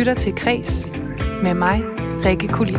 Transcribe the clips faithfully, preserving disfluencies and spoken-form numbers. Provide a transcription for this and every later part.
lytter til Kres med mig, Rikke Kulin.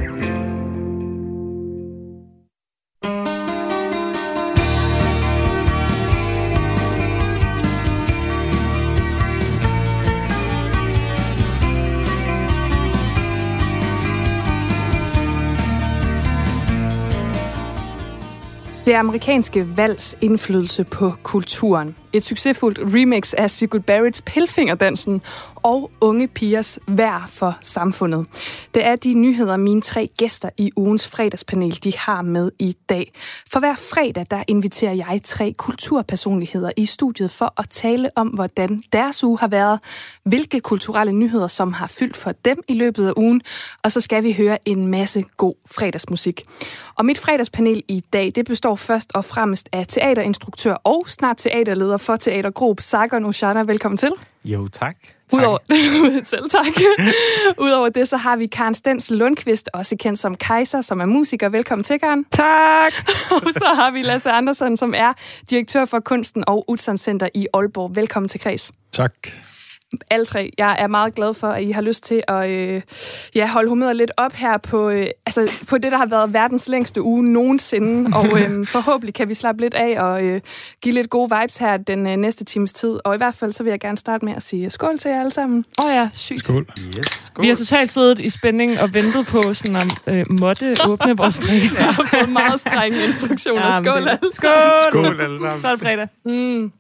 Det amerikanske valgs indflydelse på kulturen. Et succesfuldt remix af Sigurd Barretts Pilfingerdansen og Unge pigers værd for samfundet. Det er de nyheder, mine tre gæster i ugens fredagspanel de har med i dag. For hver fredag der inviterer jeg tre kulturpersonligheder i studiet for at tale om, hvordan deres uge har været, hvilke kulturelle nyheder, som har fyldt for dem i løbet af ugen, og så skal vi høre en masse god fredagsmusik. Og mit fredagspanel i dag, det består først og fremmest af teaterinstruktør og snart teaterleder for Teatergrup, Sargon Oshana. Velkommen til. Jo, tak. Udover, selv tak. Udover det, så har vi Karen Stenzel Lundqvist, også kendt som Kaiser, som er musiker. Velkommen til, Karen. Tak. Og så har vi Lasse Andersen, som er direktør for Kunsten og Utzon Center i Aalborg. Velkommen til Kres. Tak. Alle tre. Jeg er meget glad for, at I har lyst til at øh, ja, holde humøret lidt op her på, øh, altså, på det, der har været verdens længste uge nogensinde. Og øh, forhåbentlig kan vi slappe lidt af og øh, give lidt gode vibes her den øh, næste times tid. Og i hvert fald så vil jeg gerne starte med at sige skål til jer alle sammen. Åh oh ja, sygt. Skål. Yes, skål. Vi har totalt siddet i spænding og ventet på sådan at øh, måtte åbne vores drikke. Jeg har fået meget strenge instruktioner. Ja, skål alle Skål! Skål alle sammen. Så er det fredag. Mm.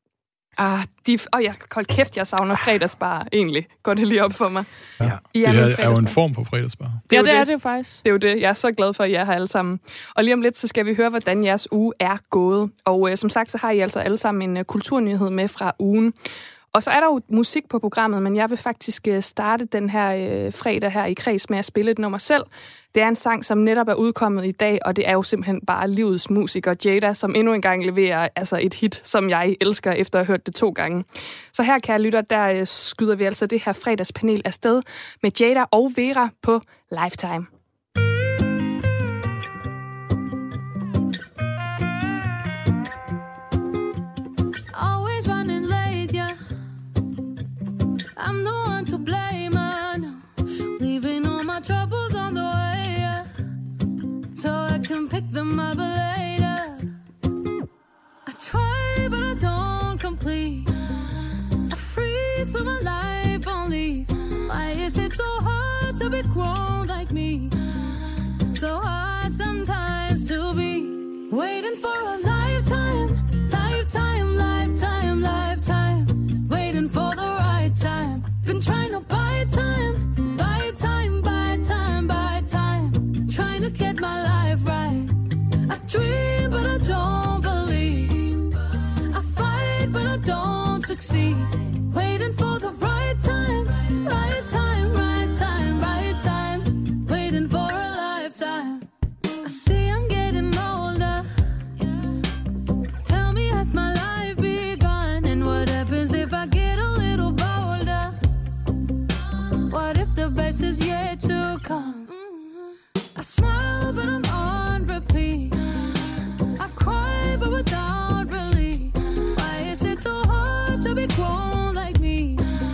Ah, de, oh, jeg hold kæft, jeg savner fredagsbar, egentlig. Går det lige op for mig. Ja. I Det er, er, er jo en form for fredagsbar. Det er Ja, jo det det. er det jo faktisk. Det er jo det. Jeg er så glad for, at I er her alle sammen. Og lige om lidt, så skal vi høre, hvordan jeres uge er gået. Og øh, som sagt, så har I altså alle sammen en uh, kulturnyhed med fra ugen. Og så er der jo musik på programmet, men jeg vil faktisk uh, starte den her uh, fredag her i Kres med at spille et nummer selv. Det er en sang, som netop er udkommet i dag, og det er jo simpelthen bare livets musiker Jada, som endnu en gang leverer altså et hit, som jeg elsker, efter at have hørt det to gange. Så her, kære lytter, der uh, skyder vi altså det her fredagspanel afsted med Jada og Vera på Lifetime. I'm the one to blame, I know. Leaving all my troubles on the way, yeah. So I can pick them up later. I try, but I don't complete. I freeze, put my life on leave. Why is it so hard to be grown like me? So hard sometimes to be waiting for a lifetime, lifetime, lifetime, lifetime. Waiting for the right time. Been trying to buy time, buy time, buy time, buy time. Trying to get my life right. I dream, but I don't believe. I fight, but I don't succeed. Waiting for the right time, right time, right time, right time. Waiting for a lifetime. I see I'm getting older. Tell me, has my life begun? And what happens if I get a little bolder? What if the best is yet to come? I smile, but I'm on repeat. I cry, but without relief. Why is it so hard to be grown like me?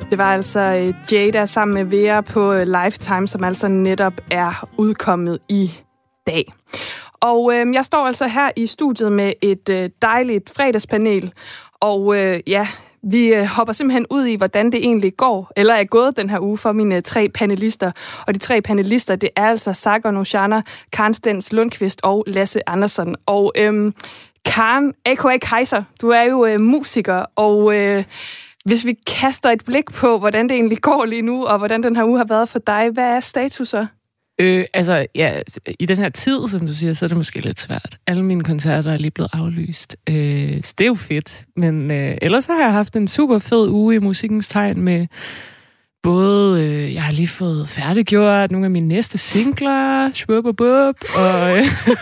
Det var altså Jada sammen med Vera på Lifetime, som altså netop er udkommet i dag. Og øh, jeg står altså her i studiet med et øh, dejligt fredagspanel, og øh, ja, vi øh, hopper simpelthen ud i, hvordan det egentlig går, eller er gået den her uge for mine tre panelister. Og de tre panelister, det er altså Sargon Oshana, Karen Stens Lundqvist og Lasse Andersen. Og øh, Karen, a k a. Kaiser, du er jo øh, musiker, og øh, hvis vi kaster et blik på, hvordan det egentlig går lige nu, og hvordan den her uge har været for dig, hvad er statuser? Øh, altså, ja, i den her tid, som du siger, så er det måske lidt svært. Alle mine koncerter er lige blevet aflyst. Øh, så det er jo fedt. Men øh, ellers har jeg haft en super fed uge i musikkens tegn med både, øh, jeg har lige fået færdiggjort nogle af mine næste singler, shwup-a-bup, og, øh,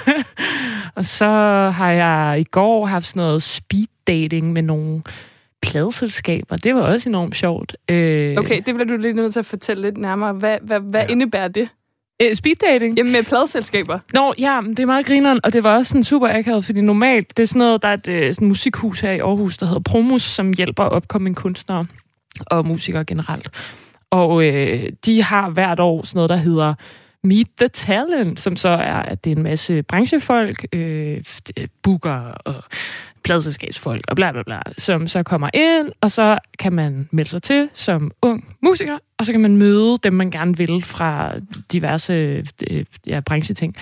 og så har jeg i går haft sådan noget speed dating med nogle pladeselskaber. Det var også enormt sjovt. Øh, okay, det bliver du lige nødt til at fortælle lidt nærmere. Hvad, hvad, hvad ja. indebærer det? Speed dating? Jamen med pladeselskaber. Nå, ja, det er meget grineren, og det var også sådan super akavet, fordi normalt, det er sådan noget, der er et øh, sådan musikhus her i Aarhus, der hedder Promus, som hjælper opkommende kunstnere og musikere generelt. Og øh, de har hvert år sådan noget, der hedder Meet the Talent, som så er, at det er en masse branchefolk, øh, booker og pladeselskabsfolk og bla bla bla, som så kommer ind, og så kan man melde sig til som ung musiker, og så kan man møde dem, man gerne vil fra diverse øh, ja, brancheting.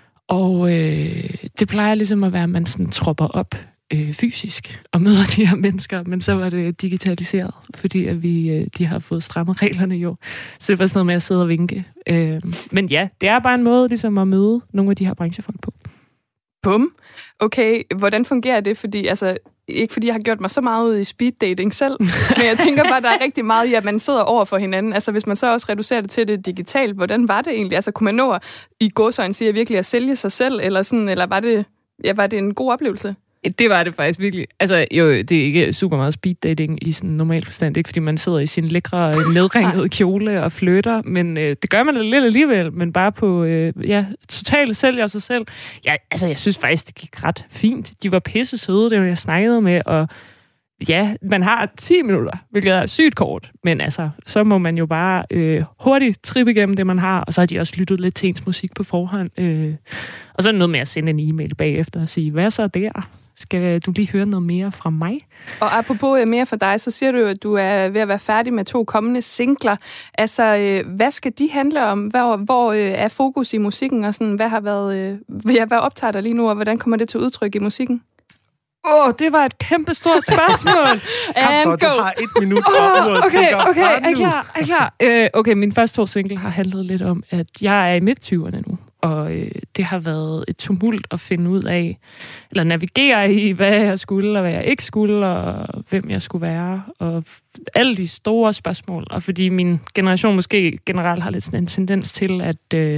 Og øh, det plejer ligesom at være, at man sådan tropper op øh, fysisk og møder de her mennesker, men så var det digitaliseret, fordi at vi øh, de har fået strammet reglerne jo. Så det var sådan noget med at sidde og vinke. Øh, men ja, det er bare en måde ligesom at møde nogle af de her branchefolk på. Bum. Okay, hvordan fungerer det? Fordi, altså, ikke fordi jeg har gjort mig så meget ud i speed dating selv, men jeg tænker bare, der er rigtig meget i, at man sidder over for hinanden. Altså, hvis man så også reducerer det til det digitalt, hvordan var det egentlig? Altså, kunne man nå i gåseøjne sige virkelig at sælge sig selv, eller sådan, eller var det, ja, var det en god oplevelse? Det var det faktisk virkelig. Altså, jo, det er ikke super meget speed dating i sådan normal forstand. Ikke fordi man sidder i sin lækre, nedringede kjole og flytter, men øh, det gør man lidt alligevel, men bare på, øh, ja, totalt sælger sig selv. Ja, altså, jeg synes faktisk, det gik ret fint. De var pisse søde, det var jeg snakkede med, og ja, man har ti minutter, hvilket er sygt kort, men altså, så må man jo bare øh, hurtigt trippe igennem det, man har, og så har de også lyttet lidt til ens musik på forhånd. Øh, og så er det noget med at sende en e-mail bagefter og sige, hvad så der? Skal du lige høre noget mere fra mig? Og apropos mere fra dig, så siger du, at du er ved at være færdig med to kommende singler. Altså, øh, hvad skal de handle om? Hvor, hvor øh, er fokus i musikken, og sådan, hvad har været, øh, ja, hvad optager dig lige nu, og hvordan kommer det til udtryk i musikken? Åh, oh, det var et kæmpe stort spørgsmål. Kom så, du har et minut og oh, okay, okay, er I klar? Er I klar? Uh, okay, min første to single har handlet lidt om, at jeg er i midt-tyverne nu, og uh, det har været et tumult at finde ud af, eller navigere i, hvad jeg skulle, og hvad jeg ikke skulle, og hvem jeg skulle være, og alle de store spørgsmål. Og fordi min generation måske generelt har lidt sådan en tendens til, at Uh,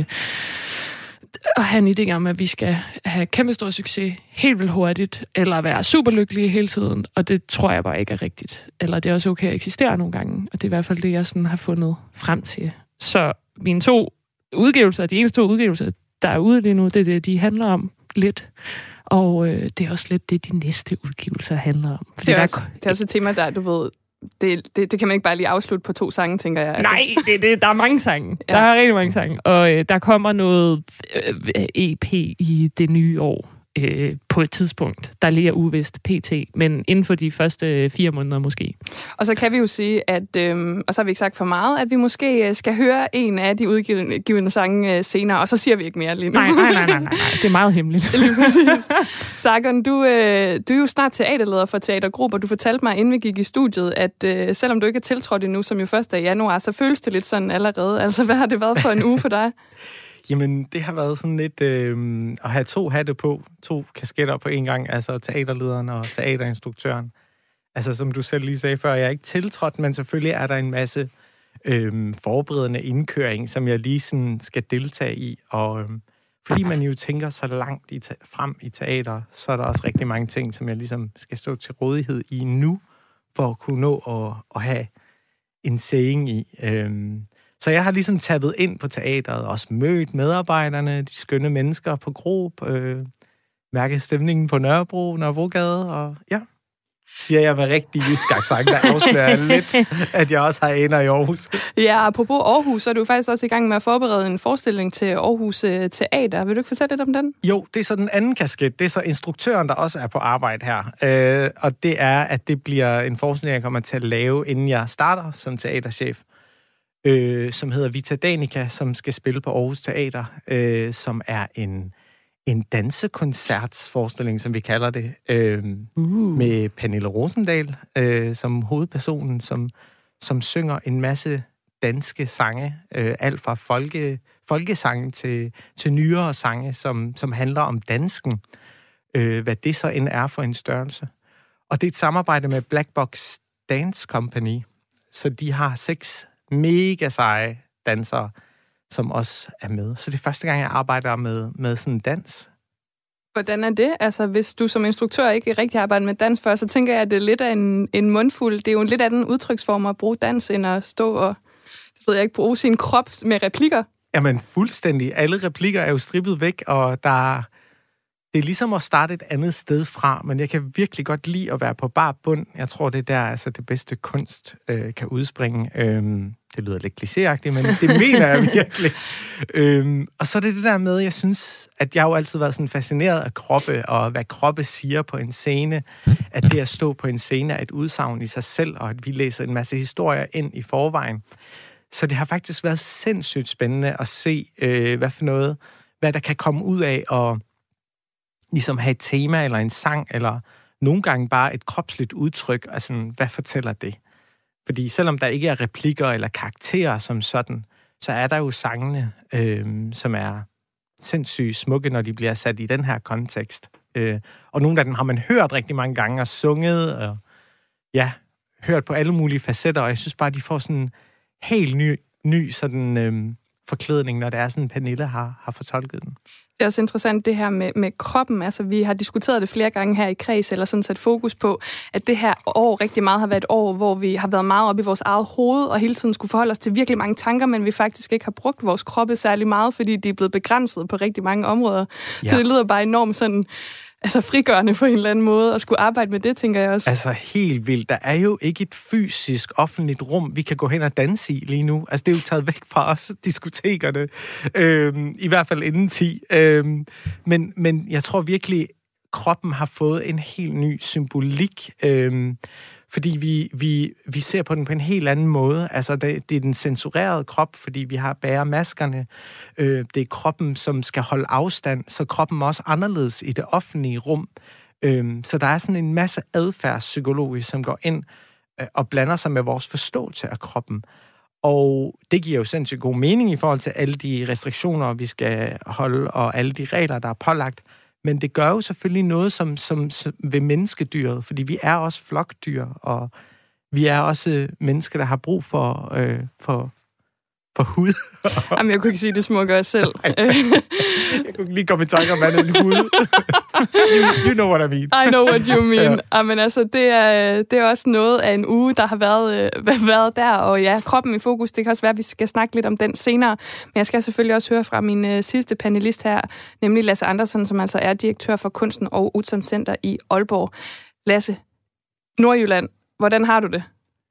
at have en idé om, at vi skal have kæmpe stor succes helt vildt hurtigt, eller være superlykkelige hele tiden, og det tror jeg bare ikke er rigtigt. Eller det er også okay at eksistere nogle gange, og det er i hvert fald det, jeg sådan har fundet frem til. Så mine to udgivelser, de eneste to udgivelser, der er ude lige nu, det er det, de handler om lidt. Og øh, det er også lidt det, de næste udgivelser handler om. Det er, også, det er også et tema, der, du ved, Det, det, det kan man ikke bare lige afslutte på to sange, tænker jeg. Altså. Nej, det, det, der er mange sange. Ja. Der er rigtig mange sange. Og øh, der kommer noget øh, E P i det nye år øh, på et tidspunkt, der lige er uvist P T, men inden for de første fire måneder måske. Og så kan vi jo sige, at, øh, og så har vi ikke sagt for meget, at vi måske skal høre en af de udgivende sange senere, og så siger vi ikke mere lige nu. Nej, nej, nej, nej, nej. Det er meget hemmeligt. Lige præcis. Sargon, du, øh, du er jo snart teaterleder for Teatergrupper. Du fortalte mig, inden vi gik i studiet, at øh, selvom du ikke er tiltrådt endnu, som jo første af januar, så føles det lidt sådan allerede. Altså, hvad har det været for en uge for dig? Jamen, det har været sådan lidt øh, at have to hatte på, to kasketter på en gang, altså teaterlederen og teaterinstruktøren. Altså, som du selv lige sagde før, jeg er ikke tiltrådt, men selvfølgelig er der en masse øh, forberedende indkøring, som jeg lige sådan skal deltage i. Og øh, fordi man jo tænker så langt i te- frem i teater, så er der også rigtig mange ting, som jeg ligesom skal stå til rådighed i nu, for at kunne nå at, at have en saying i. Øh, Så jeg har ligesom tappet ind på teateret, også mødt medarbejderne, de skønne mennesker på Grob, øh, mærket stemningen på Nørrebro, Nørrebrogade, og ja, siger jeg med rigtig jysk accent, der afslører lidt, at jeg også har aner i Aarhus. Ja, apropos Aarhus, så er du faktisk også i gang med at forberede en forestilling til Aarhus Teater. Vil du ikke fortælle lidt om den? Jo, det er så den anden kasket. Det er så instruktøren, der også er på arbejde her. Øh, og det er, at det bliver en forestilling, jeg kommer til at lave, inden jeg starter som teaterchef, øh, som hedder Vita Danica, som skal spille på Aarhus Teater, øh, som er en... en dansekoncertsforestilling, som vi kalder det, øh, uh. med Pernille Rosendahl øh, som hovedpersonen, som, som synger en masse danske sange, øh, alt fra folke, folkesange til, til nyere sange, som, som handler om dansken, øh, hvad det så end er for en størrelse. Og det er et samarbejde med Black Box Dance Company, så de har seks mega seje dansere, som også er med. Så det er første gang, jeg arbejder med, med sådan en dans. Hvordan er det? Altså, hvis du som instruktør ikke rigtig arbejder med dans før, så tænker jeg, at det er lidt af en, en mundfuld. Det er jo en lidt anden udtryksform at bruge dans, end at stå og, det ved jeg ikke, bruge sin krop med replikker. Jamen, fuldstændig. Alle replikker er jo strippet væk, og der det er ligesom at starte et andet sted fra, men jeg kan virkelig godt lide at være på bar bund. Jeg tror, det er der, altså, det bedste kunst øh, kan udspringe. Øhm, det lyder lidt klichéagtigt, men det mener jeg virkelig. Øhm, og så er det det der med, jeg synes, at jeg har jo altid været sådan fascineret af kroppe, og hvad kroppe siger på en scene. At det at stå på en scene er et udsagn i sig selv, og at vi læser en masse historier ind i forvejen. Så det har faktisk været sindssygt spændende at se, øh, hvad for noget, hvad der kan komme ud af, og ligesom have et tema, eller en sang, eller nogle gange bare et kropsligt udtryk, altså, hvad fortæller det? Fordi selvom der ikke er replikker eller karakterer som sådan, så er der jo sangene, øh, som er sindssygt smukke, når de bliver sat i den her kontekst. Øh, og nogle af dem har man hørt rigtig mange gange, og sunget, og ja, hørt på alle mulige facetter, og jeg synes bare, de får sådan en helt ny, ny sådan, øh, forklædning, når det er sådan, Pernille har, har fortolket den. Det er også interessant det her med, med kroppen. Altså, vi har diskuteret det flere gange her i Kreds, eller sådan sat fokus på, at det her år rigtig meget har været et år, hvor vi har været meget oppe i vores eget hoved, og hele tiden skulle forholde os til virkelig mange tanker, men vi faktisk ikke har brugt vores kroppe særlig meget, fordi de er blevet begrænset på rigtig mange områder. Ja. Så det lyder bare enormt sådan, altså frigørende på en eller anden måde, at skulle arbejde med det, tænker jeg også. Altså helt vildt. Der er jo ikke et fysisk offentligt rum, vi kan gå hen og danse i lige nu. Altså det er jo taget væk fra os, diskotekerne. Øhm, I hvert fald inden ti. Øhm, men, men jeg tror virkelig, kroppen har fået en helt ny symbolik. Øhm, fordi vi, vi, vi ser på den på en helt anden måde. Altså, det, det er den censurerede krop, fordi vi har bæremaskerne. Øh, det er kroppen, som skal holde afstand, så kroppen er også anderledes i det offentlige rum. Øh, så der er sådan en masse adfærdspsykologi, som går ind øh, og blander sig med vores forståelse af kroppen. Og det giver jo sindssygt god mening i forhold til alle de restriktioner, vi skal holde, og alle de regler, der er pålagt. Men det gør jo selvfølgelig noget som, som, som ved menneskedyret, fordi vi er også flokdyr, og vi er også mennesker, der har brug for, øh, for, for hud. Jamen, jeg kunne ikke sige det smukkere selv. Jeg kunne lige komme i tanke om, hvad en hud. you, you know what I mean. I know what you mean. Ja. Jamen, altså, det er, det er også noget af en uge, der har været, øh, været der, og ja, kroppen i fokus, det kan også være, at vi skal snakke lidt om den senere, men jeg skal selvfølgelig også høre fra min øh, sidste panelist her, nemlig Lasse Andersen, som altså er direktør for Kunsten og Utzon Center i Aalborg. Lasse, Nordjylland, hvordan har du det?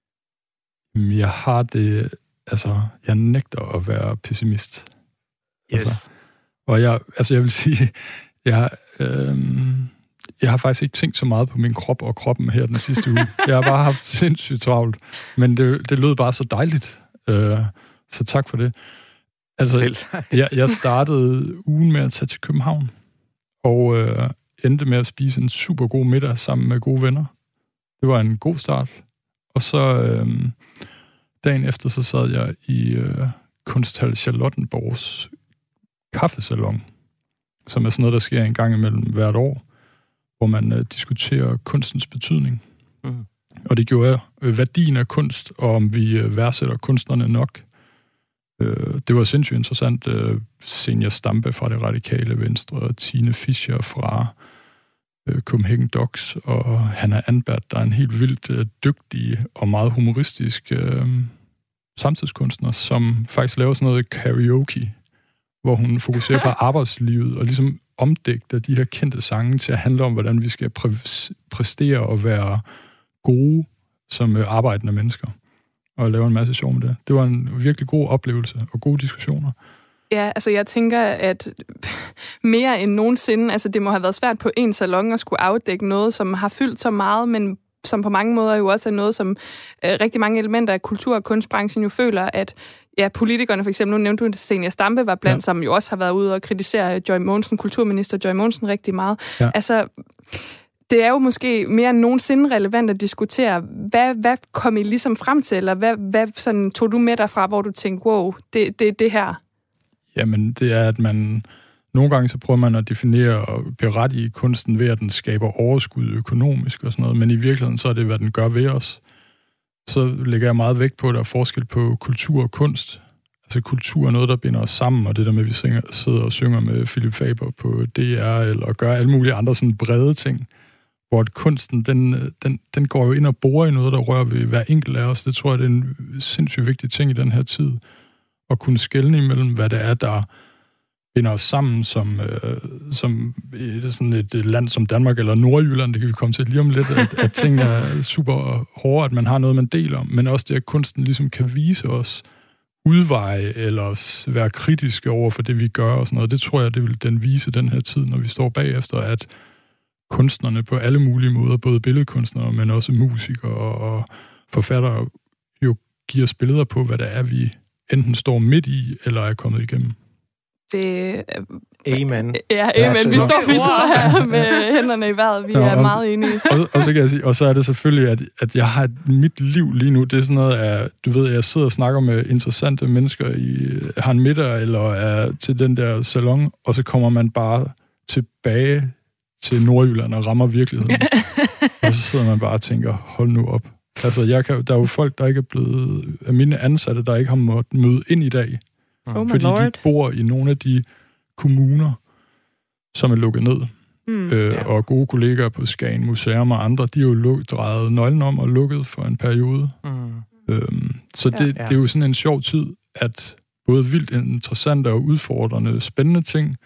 Jeg har det, altså, jeg nægter at være pessimist. Yes. Altså, og jeg, altså, jeg vil sige, jeg, øh, jeg har faktisk ikke tænkt så meget på min krop og kroppen her den sidste uge. Jeg har bare haft sindssygt travlt, men det, det lød bare så dejligt. Øh, så tak for det. Altså, jeg, jeg startede ugen med at tage til København, og øh, endte med at spise en super god middag sammen med gode venner. Det var en god start. Og så øh, dagen efter, så sad jeg i øh, Kunsthal Charlottenborgs kaffesalon, som er sådan noget, der sker en gang imellem hvert år, hvor man øh, diskuterer kunstens betydning. Mm. Og det gjorde øh, værdien af kunst, og om vi øh, værdsætter kunstnerne nok. Øh, det var sindssygt interessant. Øh, Senior Stampe fra Det Radikale Venstre, og Tine Fischer fra øh, Copenhagen Docs, og Hanna Anbert, der er en helt vildt øh, dygtig og meget humoristisk øh, samtidskunstner, som faktisk laver sådan noget karaoke, hvor hun fokuserer på arbejdslivet, og ligesom omdigter de her kendte sange til at handle om, hvordan vi skal præ- præstere og være gode som øh, arbejdende mennesker. Og lave en masse sjov med det. Det var en virkelig god oplevelse og gode diskussioner. Ja, altså jeg tænker, at mere end nogensinde, altså det må have været svært på en salon at skulle afdække noget, som har fyldt så meget, men som på mange måder jo også er noget, som øh, rigtig mange elementer af kultur- og kunstbranchen jo føler, at ja, politikerne for eksempel, nu nævnte du, at Zenia Stampe var blandt, ja. som jo også har været ude og kritisere Joy Mogensen, kulturminister Joy Mogensen, rigtig meget. Ja. Altså, det er jo måske mere end nogensinde relevant at diskutere, hvad, hvad kom I ligesom frem til, eller hvad, hvad sådan, tog du med dig fra, hvor du tænkte, wow, det, det, det her? Jamen, det er, at man... Nogle gange så prøver man at definere og berettige kunsten ved, at den skaber overskud økonomisk og sådan noget, men i virkeligheden så er det, hvad den gør ved os. Så lægger jeg meget vægt på, at der er forskel på kultur og kunst. Altså kultur er noget, der binder os sammen, og det der med, at vi synger, sidder og synger med Philip Faber på D R, eller gør alle mulige andre sådan brede ting, hvor at kunsten, den, den, den går jo ind og borer i noget, der rører ved hver enkelt af os. Det tror jeg, det er en sindssygt vigtig ting i den her tid, at kunne skelne imellem, hvad det er, der binder os sammen som, øh, som et, sådan et land som Danmark eller Nordjylland, det kan vi komme til lige om lidt, at, at tingene er super hårde, at man har noget, man deler, men også det, at kunsten ligesom kan vise os udveje eller være kritiske over for det, vi gør og sådan noget. Det tror jeg, det vil den vise den her tid, når vi står bagefter, at kunstnerne på alle mulige måder, både billedkunstnere, men også musikere og forfattere, jo giver os billeder på, hvad det er, vi enten står midt i, eller er kommet igennem. Det... Amen. Ja, amen. Ja, vi står, vi sidder her med hænderne i vejret. Vi ja, er og, meget enige. Og, og så kan jeg sige, og så er det selvfølgelig, at, at jeg har et, mit liv lige nu, det er sådan noget af, du ved, jeg sidder og snakker med interessante mennesker i har en middag, eller er til den der salon, og så kommer man bare tilbage til Nordjylland og rammer virkeligheden. Og så sidder man bare og tænker, hold nu op. Altså, jeg kan, der er jo folk, der ikke er blevet, af mine ansatte, der ikke har måttet møde ind i dag. Oh fordi Lord. de bor i nogle af de kommuner, som er lukket ned. Mm, øh, yeah. Og gode kollegaer på Skagen Museum og andre, de er jo luk, drejet nøglen om og lukket for en periode. Mm. Øhm, så det, ja. det er jo sådan en sjov tid, at både vildt interessante og udfordrende, spændende ting,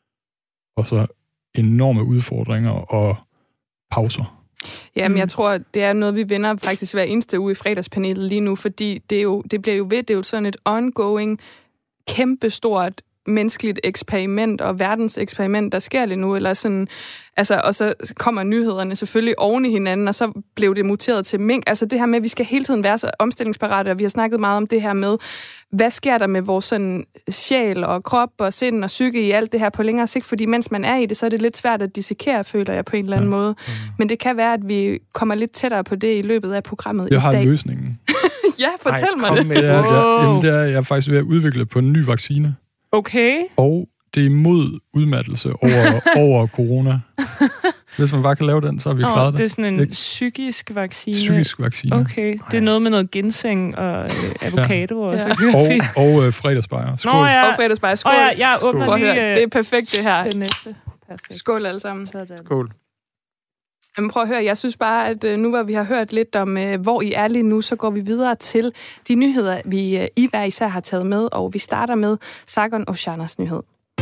og så enorme udfordringer og pauser. Jamen, jeg tror, det er noget, vi vender faktisk hver eneste uge i fredagspanelet lige nu, fordi det, er jo, det bliver jo ved, det er jo sådan et ongoing, kæmpestort menneskeligt eksperiment og verdenseksperiment, der sker lige nu, eller sådan, altså, og så kommer nyhederne selvfølgelig oven i hinanden, og så blev det muteret til mink. Altså det her med, at vi skal hele tiden være så omstillingsparate, og vi har snakket meget om det her med, hvad sker der med vores sådan sjæl og krop og sind og psyke i alt det her på længere sigt, fordi mens man er i det, så er det lidt svært at dissekere, føler jeg på en eller anden ja. måde. Men det kan være, at vi kommer lidt tættere på det i løbet af programmet jeg i dag. Jeg har løsningen. Ja, fortæl Ej, mig det. med det, er, wow. jeg, jamen, det er jeg er faktisk ved at udvikle på en ny vaccine. Okay. Og det er imod udmattelse over, over corona. Hvis man bare kan lave den, så har vi oh, klaret det. Det er sådan en Ikke? psykisk vaccine. Psykisk vaccine. Okay, det er noget med noget ginseng og øh, avocado. ja. Og, så og, og øh, fredagsbajer. Skål. Nå, ja. Og fredagsbajer. Skål. Oh, ja, jeg åbner Skål. lige, det er perfekt, det her. Det næste. Perfekt. Skål alle sammen. Sådan. Skål. Jamen, prøv at høre, jeg synes bare, at nu hvor vi har hørt lidt om, hvor I er lige nu, så går vi videre til de nyheder, vi I hver især har taget med, og vi starter med Sargon Oceanas nyhed.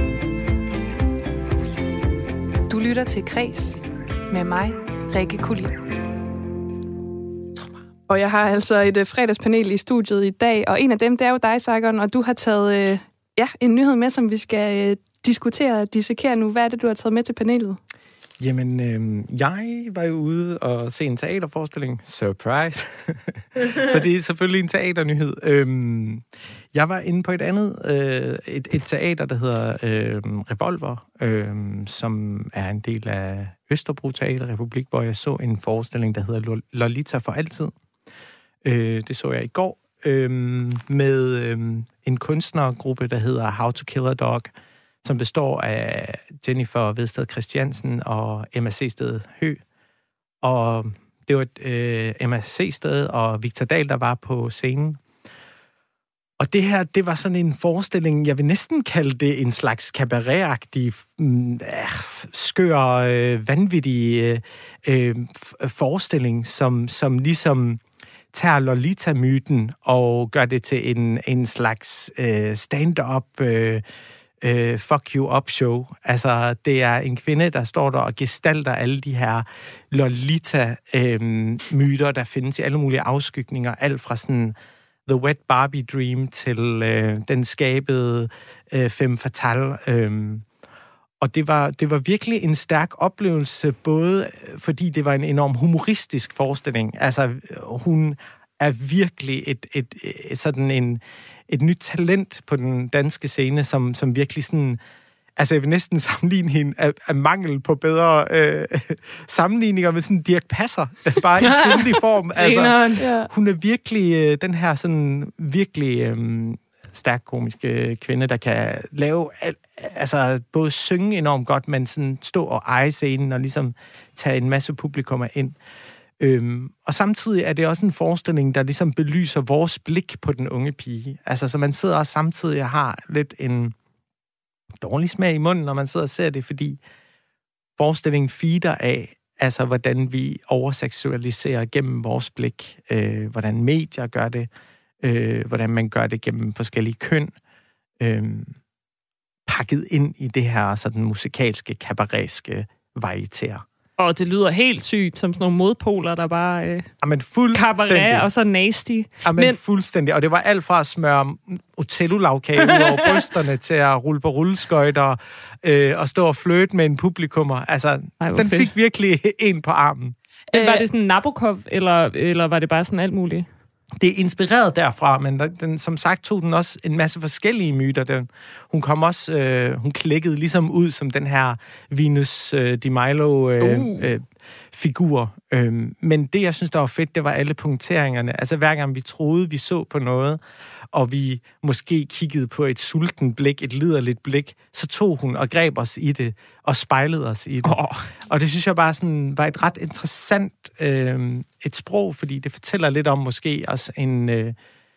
Du lytter til Kreds med mig, Rikke Kulin. Og jeg har altså et fredagspanel i studiet i dag, og en af dem, det er jo dig, Sargon, og du har taget ja, en nyhed med, som vi skal diskutere og dissekere nu. Hvad er det, du har taget med til panelet? Jamen, øh, jeg var jo ude og se en teaterforestilling. Surprise! Så det er selvfølgelig en teaternyhed. Øhm, jeg var inde på et andet, øh, et, et teater, der hedder øh, Revolver, øh, som er en del af Østerbro Teaterrepublik, hvor jeg så en forestilling, der hedder Lolita for altid. Øh, det så jeg i går øh, med øh, en kunstnergruppe, der hedder How to Kill a Dog, som består af Jennifer Vedsted Christiansen og Emma C-sted Hø. Og det var et øh, Emma C-sted og Victor Dahl, der var på scenen. Og det her, det var sådan en forestilling, jeg vil næsten kalde det en slags cabaret-agtig, øh, skør, øh, vanvittig øh, øh, forestilling, som, som ligesom tager Lolita-myten og gør det til en, en slags øh, stand-up øh, øh, fuck you up show. Altså, det er en kvinde, der står der og gestalter alle de her Lolita-myter, øh, der findes i alle mulige afskygninger. Alt fra sådan The Wet Barbie Dream til øh, den skabede øh, femme fatale. Øh. Og det var, det var virkelig en stærk oplevelse, både fordi det var en enorm humoristisk forestilling. Altså, hun er virkelig et, et, et, sådan en, et nyt talent på den danske scene, som, som virkelig sådan... Altså, jeg vil næsten sammenligne hende af, af mangel på bedre øh, sammenligninger med sådan Dirch Passer, bare i kvindelig form. Altså, hun er virkelig øh, den her sådan virkelig øh, stærk komiske kvinde, der kan lave, altså både synge enormt godt, men sådan stå og eje scenen og ligesom tage en masse publikummer ind. Øhm, og samtidig er det også en forestilling, der ligesom belyser vores blik på den unge pige. Altså, så man sidder også samtidig og har lidt en dårlig smag i munden, når man sidder og ser det, fordi forestillingen feeder af, altså, hvordan vi overseksualiserer gennem vores blik, øh, hvordan medier gør det, øh, hvordan man gør det gennem forskellige køn, øh, pakket ind i det her sådan musikalske, kabaretske varietér. Og det lyder helt sygt, som sådan nogle modpoler, der bare... Øh, Amen, fuldstændig. og så nasty. Amen, Men fuldstændig. Og det var alt fra at smøre Otello-lavkage ud over brysterne til at rulle på rulleskøjter øh, og stå og flirte med en publikummer. Altså, Ej, den fedt. Fik virkelig en på armen. Øh, var det sådan Nabokov, eller, eller var det bare sådan alt muligt? Det er inspireret derfra, men den, som sagt tog den også en masse forskellige myter. Den, hun kom også, øh, hun klækkede ligesom ud som den her Venus øh, de Milo øh, uh. øh, figur. Øh, men det, jeg synes, der var fedt, det var alle punkteringerne. Altså hver gang vi troede, vi så på noget, og vi måske kiggede på et sulten blik, et liderligt blik, så tog hun og greb os i det, og spejlede os i det. Oh. Og det synes jeg bare sådan, var et ret interessant øh, et sprog, fordi det fortæller lidt om måske også en, øh,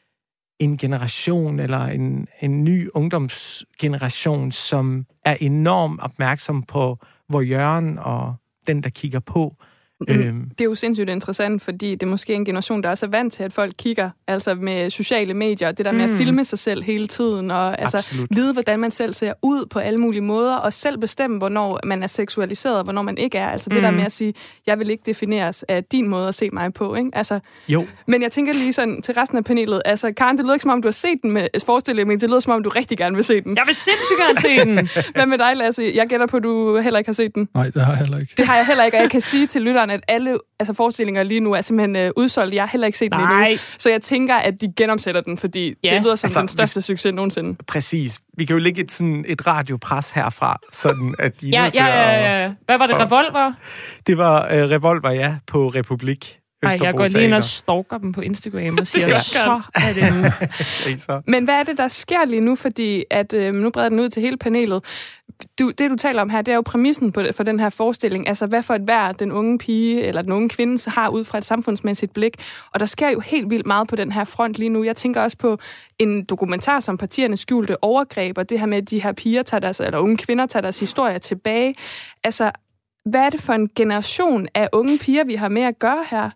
en generation, eller en, en ny ungdomsgeneration, som er enormt opmærksom på voyeuren og den, der kigger på. Mm, det er jo sindssygt interessant, fordi det er måske en generation, der også er vant til, at folk kigger altså med sociale medier, det der med mm. at filme sig selv hele tiden, og altså vide, hvordan man selv ser ud på alle mulige måder, og selv bestemme, hvornår man er seksualiseret, og hvornår man ikke er. Altså det mm. der med at sige, jeg vil ikke defineres af din måde at se mig på, ikke? Altså, jo. Men jeg tænker lige sådan til resten af panelet, altså Karen, det lyder ikke som om, du har set den med forestillingen, men det lyder som om, du rigtig gerne vil se den. Jeg vil sindssygt gerne se den! Hvad med dig, Lasse? Jeg gætter på, at du heller ikke har set den. Nej, det har jeg heller ikke. Det har jeg heller ikke, og jeg kan sige til lytteren, at alle altså forestillinger lige nu er simpelthen øh, udsolgt. Jeg har heller ikke set den endnu. Så jeg tænker, at de genomsætter den, fordi ja. det lyder som altså, den største hvis, succes nogensinde. Præcis. Vi kan jo lægge et, sådan, et radiopres herfra, sådan at de er ja, nødt til ja, ja, ja. Hvad var det? Og, Revolver? Det var øh, Revolver, ja, på Republik. Ej, jeg går lige ind og stalker dem på Instagram og siger, så er det nu. Men hvad er det, der sker lige nu? Fordi at, øh, nu breder den ud til hele panelet. Du, det, du taler om her, det er jo præmissen på, for den her forestilling. Altså, hvad for et hver den unge pige eller den unge kvinde har ud fra et samfundsmæssigt blik. Og der sker jo helt vildt meget på den her front lige nu. Jeg tænker også på en dokumentar som Partiernes skjulte overgreb, og det her med, at de her piger tager deres, eller unge kvinder tager deres historier tilbage. Altså, hvad er det for en generation af unge piger, vi har med at gøre her?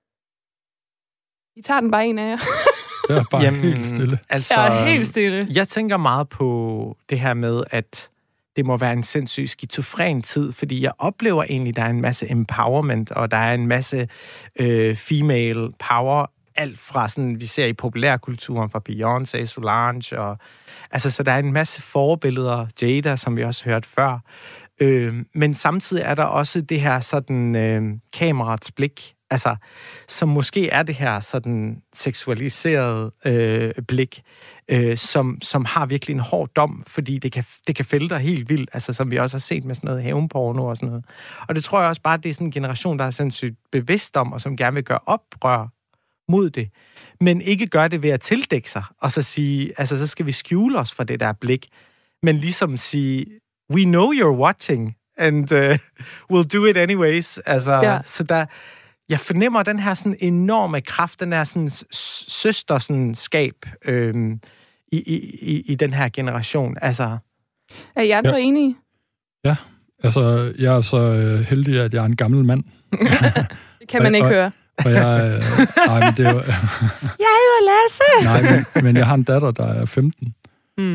I tager den bare en af jer. Jeg er bare Jamen, helt stille. Altså, jeg er helt stille. Jeg tænker meget på det her med, at det må være en sindssygt skizofren tid, fordi jeg oplever egentlig, at der er en masse empowerment, og der er en masse øh, female power, alt fra sådan, vi ser i populærkulturen fra Beyoncé, Solange, og altså, så der er en masse forbilleder, Jada, som vi også hørte før, øh, men samtidig er der også det her sådan øh, kamerats blik, altså, som måske er det her sådan seksualiserede øh, blik, øh, som, som har virkelig en hård dom, fordi det kan, det kan fælde dig helt vildt, altså som vi også har set med sådan noget hævnporno og sådan noget. Og det tror jeg også bare, det er sådan en generation, der er sindssygt bevidst om, og som gerne vil gøre oprør mod det, men ikke gør det ved at tildække sig, og så sige, altså så skal vi skjule os for det der blik, men ligesom sige, we know you're watching, and uh, we'll do it anyways. Altså, ja. Så der jeg fornemmer den her sådan enorme kraft, den her sådan søsterskab øhm, i, i, i den her generation. Altså, er I andre ja. enige? Ja, altså jeg er så øh, heldig, at jeg er en gammel mand. Det kan man ikke og, høre. Og jeg, øh, nej, men det er jo, jeg hedder Lasse! Nej, men, men jeg har en datter, der er femten. Mm.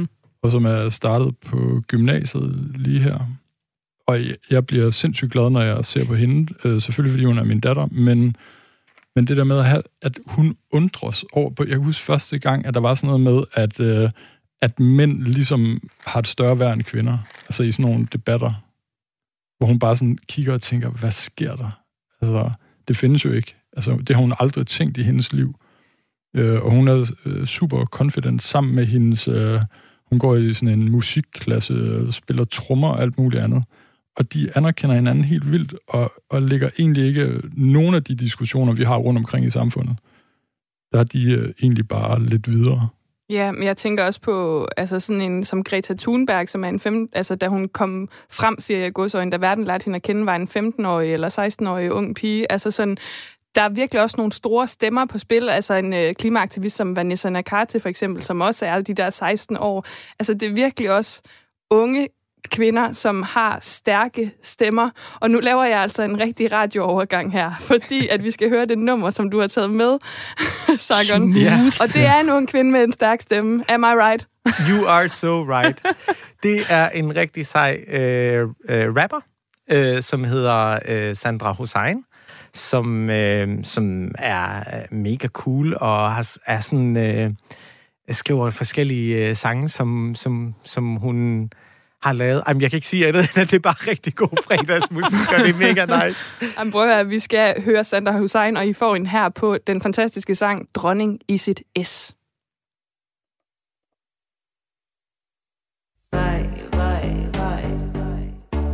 og som er startet på gymnasiet lige her. Og jeg bliver sindssygt glad, når jeg ser på hende. Øh, selvfølgelig, fordi hun er min datter, men, men det der med, at, have, at hun undres over på... Jeg kan huske første gang, at der var sådan noget med, at, øh, at mænd ligesom har et større værd end kvinder. Altså i sådan nogle debatter, hvor hun bare sådan kigger og tænker, hvad sker der? Altså, det findes jo ikke. Altså, det har hun aldrig tænkt i hendes liv. Øh, og hun er øh, super confident sammen med hendes... Øh, hun går i sådan en musikklasse, spiller trommer og alt muligt andet. Og de anerkender hinanden helt vildt, og, og lægger egentlig ikke nogen af de diskussioner, vi har rundt omkring i samfundet. Der er de øh, egentlig bare lidt videre. Ja, men jeg tænker også på altså sådan en som Greta Thunberg, som er en fem, altså da hun kom frem, siger jeg i godsøjne, da verden lærte hende at kende, var en femten-årig eller seksten-årig ung pige. Altså sådan, der er virkelig også nogle store stemmer på spil. Altså en øh, klimaaktivist som Vanessa Nakate for eksempel, som også er de der seksten år. Altså det er virkelig også unge kvinder, som har stærke stemmer. Og nu laver jeg altså en rigtig radioovergang her, fordi at vi skal høre det nummer, som du har taget med, Sargon. Yeah. Og det er en ung kvinde med en stærk stemme. Am I right? You are so right. Det er en rigtig sej øh, øh, rapper, øh, som hedder øh, Sandra Hussein, som, øh, som er mega cool og har, er sådan, øh, skriver forskellige øh, sange, som, som, som hun har lavet. Jamen, jeg kan ikke sige andet, end at det er bare rigtig god fredagsmusik, og det er mega nice. Jamen, prøv at høre, vi skal høre Sandra Hussein, og I får en her på den fantastiske sang Dronning i sit S. Vej, vej, vej, vej.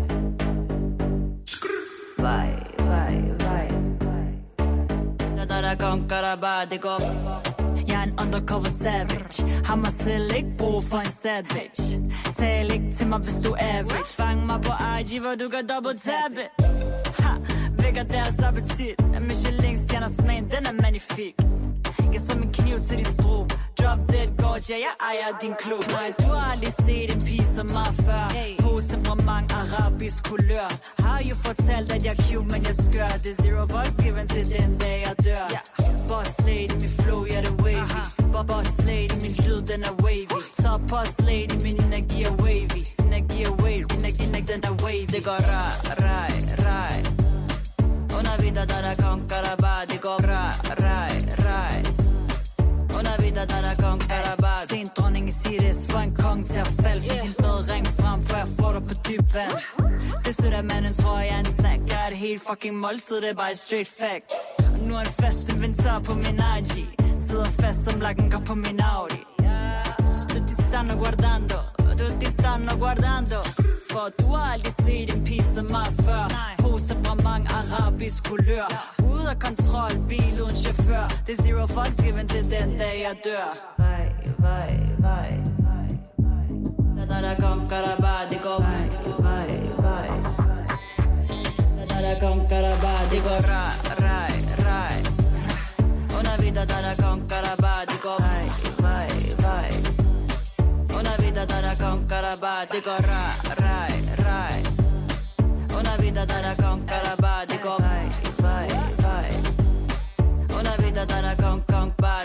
Vej, vej, vej, vej. Der, der, der konker der bare, det går. Jeg er en undercover savage. Har mig selv ikke brug for en sandwich. Tal ikke til mig, hvis du er average. Fang mig på I G, hvor du kan double tap it. Ha, vækker deres appetit. Michelin-stjerner smagen, den er magnifik. Jeg som en kniv til dit strå. Drop dead gorge, ja, jeg ejer din klub. Nej, du har aldrig set en pige som mig før. På temperament, arabisk kulør. Har jo fortalt, at jeg er cute, men jeg skør. Det er zero voldsgiven til den dag, jeg dør. Boss lady, min flow, ja, det er wavy. Boss lady, min lyd, den er wavy. Top boss lady, min energi er wavy. Energi er wavy, energi, energi, den er wavy. Det går rej, rej, rej. Una vida der der konker der bare. Det går rej, rej, rej. Una vida der der konker der bare. Se en dronning i Sirius, få en kong til at falde. Find din bedre ring frem, før jeg får dig på dyb vand. Det sødt at manden tror jeg er en snack. Jeg er det helt fucking måltid, det er bare et straight fact. Og nu er en fast inventar på min I G. Sidder fast som lakken går på min Audi. Du ti stanno guardando, du ti stanno guardando. For du har aldrig set en pige som mig før. På temperament, arabisk kulør. Ude af kontrol, bil uden chauffør. Det er zero voldsgiven til den dag jeg dør. Vej, vej, vej, vej, vej. Der der konker der bare, det går vej, vej, vej. Der der konker der bare, det går rej, rej, rej. Una vida der der konker der bare, det går vej, vej, vej. Una vida der der konker der bare, det går rej, rej, rej. Una vida der der konker der bare, det går vej, vej, vej. Una vida der der konk, konk bare.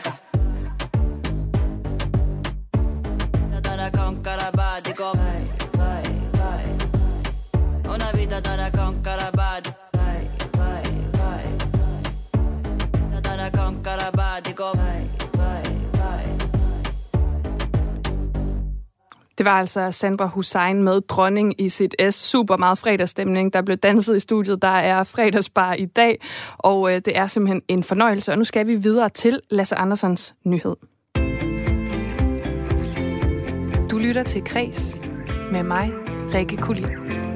Der der konker der bare, det går vej, vej, vej. Una vida der der konker der bare, vej, vej, vej. Der der konker der bare, det går vej, vej, vej. Det var altså Sandra Hussein med Dronning i sit S. Super meget fredagsstemning. Der blev danset i studiet. Der er fredagsbar i dag, og øh, det er simpelthen en fornøjelse. Og nu skal vi videre til Lasse Andersens nyhed. Du lytter til Kres med mig, Rikke Kulin.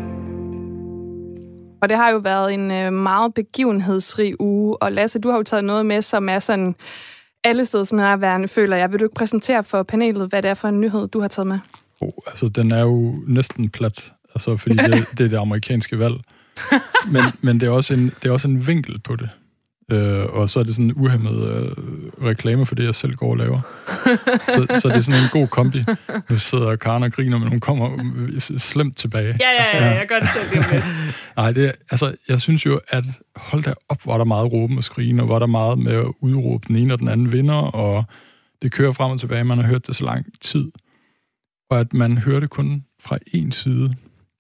Og det har jo været en øh, meget begivenhedsrig uge. Og Lasse, du har jo taget noget med, som er sådan alle steder sådan her værende, føler jeg. Vil du ikke præsentere for panelet, hvad det er for en nyhed, du har taget med? Oh, altså, den er jo næsten plat, altså, fordi det, det er det amerikanske valg. Men, men det, er også en, det er også en vinkel på det. Øh, og så er det sådan en uhæmmet øh, reklame for det, jeg selv går og laver. så, så det er sådan en god kombi. Nu sidder Karen og griner, men hun kommer slemt tilbage. Ja, ja, ja, jeg gør det selv lige med. Nej, det er, altså, jeg synes jo, at hold da op, var der meget råben og skrigen, og var der meget med at udråbe den ene og den anden vinder, og det kører frem og tilbage, man har hørt det så lang tid. og at man hører det kun fra én side.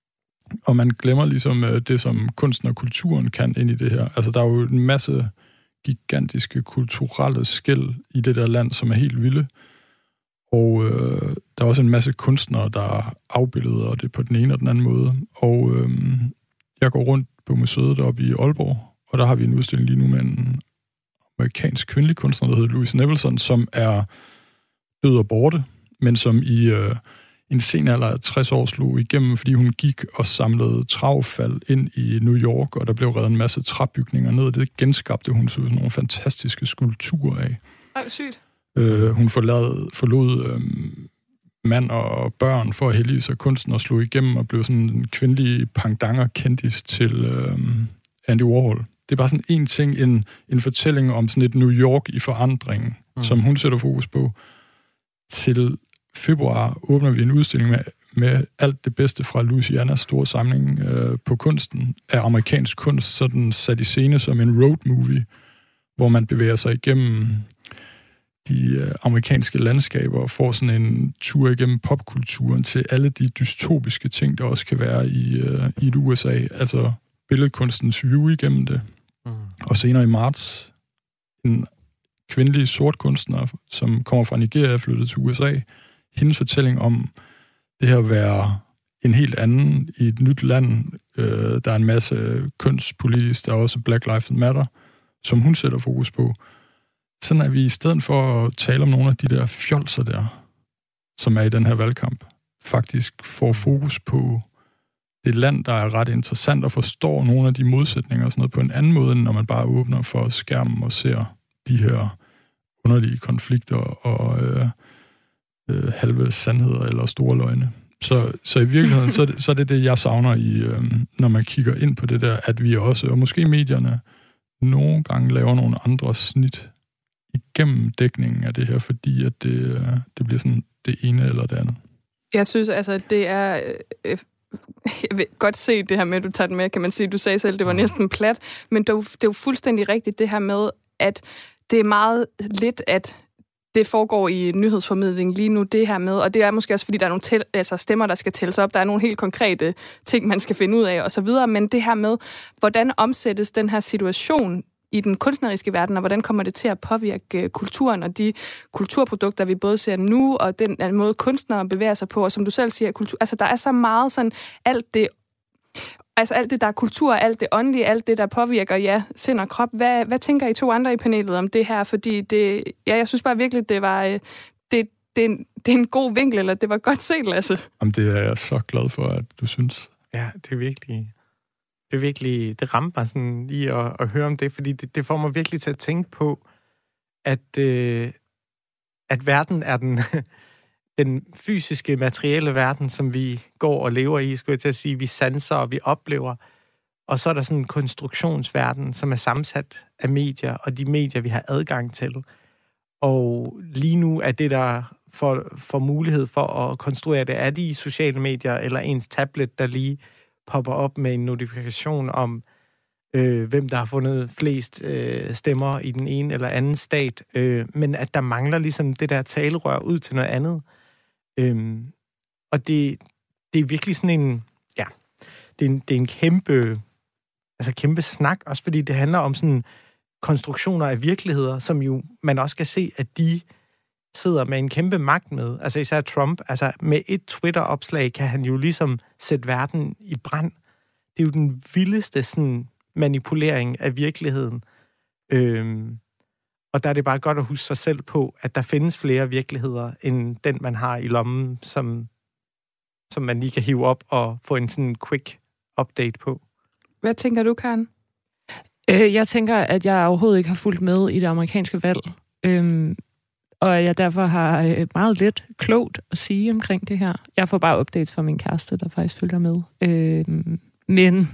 Og man glemmer ligesom det, som kunsten og kulturen kan ind i det her. Altså, der er jo en masse gigantiske kulturelle skel i det der land, som er helt vilde. Og øh, der er også en masse kunstnere, der afbilleder det på den ene og den anden måde. Og øh, jeg går rundt på museet deroppe i Aalborg, og der har vi en udstilling lige nu med en amerikansk kvindelig kunstner, der hedder Louise Nevelson, som er død og borte, men som i øh, en sen alder af tres år slog igennem, fordi hun gik og samlede travfald ind i New York, og der blev reddet en masse træbygninger ned, og det genskabte hun sådan nogle fantastiske skulpturer af. Ej, sygt. Øh, hun forlod, forlod øh, mand og børn for at hellige sig kunsten og slog igennem og blev sådan en kvindelig pendant kendis til øh, Andy Warhol. Det er bare sådan en ting, en, en fortælling om sådan et New York i forandring, mm. som hun sætter fokus på. Til februar åbner vi en udstilling med, med alt det bedste fra Louisianas store samling øh, på kunsten af amerikansk kunst, sådan sat i scene som en road movie, hvor man bevæger sig igennem de øh, amerikanske landskaber og får sådan en tur igennem popkulturen til alle de dystopiske ting, der også kan være i, øh, i et U S A. Altså billedkunstens view igennem det. Mm. Og senere i marts, en kvindelig sort kunstner, som kommer fra Nigeria og flyttet til U S A. Hendes fortælling om det her at være en helt anden i et nyt land. Øh, der er en masse kønspolitisk, der er også Black Lives Matter, som hun sætter fokus på. Sådan er vi i stedet for at tale om nogle af de der fjolser der, som er i den her valgkamp, faktisk får fokus på det land, der er ret interessant og forstår nogle af de modsætninger og sådan noget på en anden måde, end når man bare åbner for skærmen og ser de her underlige konflikter og øh, øh, halve sandheder eller store løgne. Så, så i virkeligheden, så er, det, så er det det, jeg savner, i, øh, når man kigger ind på det der, at vi også, og måske medierne, nogle gange laver nogle andre snit igennem dækningen af det her, fordi at det, øh, det bliver sådan det ene eller det andet. Jeg synes altså, det er... Øh, jeg vil godt se det her med, at du tager den med, kan man sige. Du sagde selv, det var næsten plat, men det er jo, det er jo fuldstændig rigtigt, det her med, at det er meget lidt, at det foregår i nyhedsformidling lige nu, det her med, og det er måske også, fordi der er nogle tæl, altså stemmer, der skal tælles op, der er nogle helt konkrete ting, man skal finde ud af, og så videre, men det her med, hvordan omsættes den her situation i den kunstneriske verden, og hvordan kommer det til at påvirke kulturen og de kulturprodukter, vi både ser nu, og den måde kunstnere bevæger sig på, og som du selv siger, kultur, altså der er så meget sådan, alt det, altså alt det, der er kultur, alt det åndelige, alt det, der påvirker, ja, sind og krop. Hvad, hvad tænker I to andre i panelet om det her? Fordi det, ja, jeg synes bare virkelig, det var, det, det, det, er en, det er en god vinkel, eller det var godt set, Lasse. Jamen, det er jeg så glad for, at du synes. Ja, det er virkelig... Det er virkelig, det rammer mig sådan lige at, at høre om det, fordi det, det får mig virkelig til at tænke på, at, øh, at verden er den, den fysiske, materielle verden, som vi går og lever i, skulle jeg til at sige. Vi sanser og vi oplever. Og så er der sådan en konstruktionsverden, som er sammensat af medier, og de medier, vi har adgang til. Og lige nu er det, der får, får mulighed for at konstruere det, er de sociale medier eller ens tablet, der lige popper op med en notifikation om, øh, hvem der har fundet flest øh, stemmer i den ene eller anden stat, øh, men at der mangler ligesom det der talerør ud til noget andet. Øh, og det, det er virkelig sådan en, ja, det er en, det er en kæmpe, altså kæmpe snak, også fordi det handler om sådan konstruktioner af virkeligheder, som jo man også kan se, at de sidder med en kæmpe magt med. Altså især Trump, altså med et Twitter-opslag kan han jo ligesom sætte verden i brand. Det er jo den vildeste sådan, manipulering af virkeligheden. Øhm, og der er det bare godt at huske sig selv på, at der findes flere virkeligheder, end den, man har i lommen, som, som man lige kan hive op og få en sådan quick update på. Hvad tænker du, Karen? Øh, jeg tænker, at jeg overhovedet ikke har fulgt med i det amerikanske valg. Øhm, Og jeg derfor har meget lidt klogt at sige omkring det her. Jeg får bare updates fra min kæreste, der faktisk følger med. Øhm, men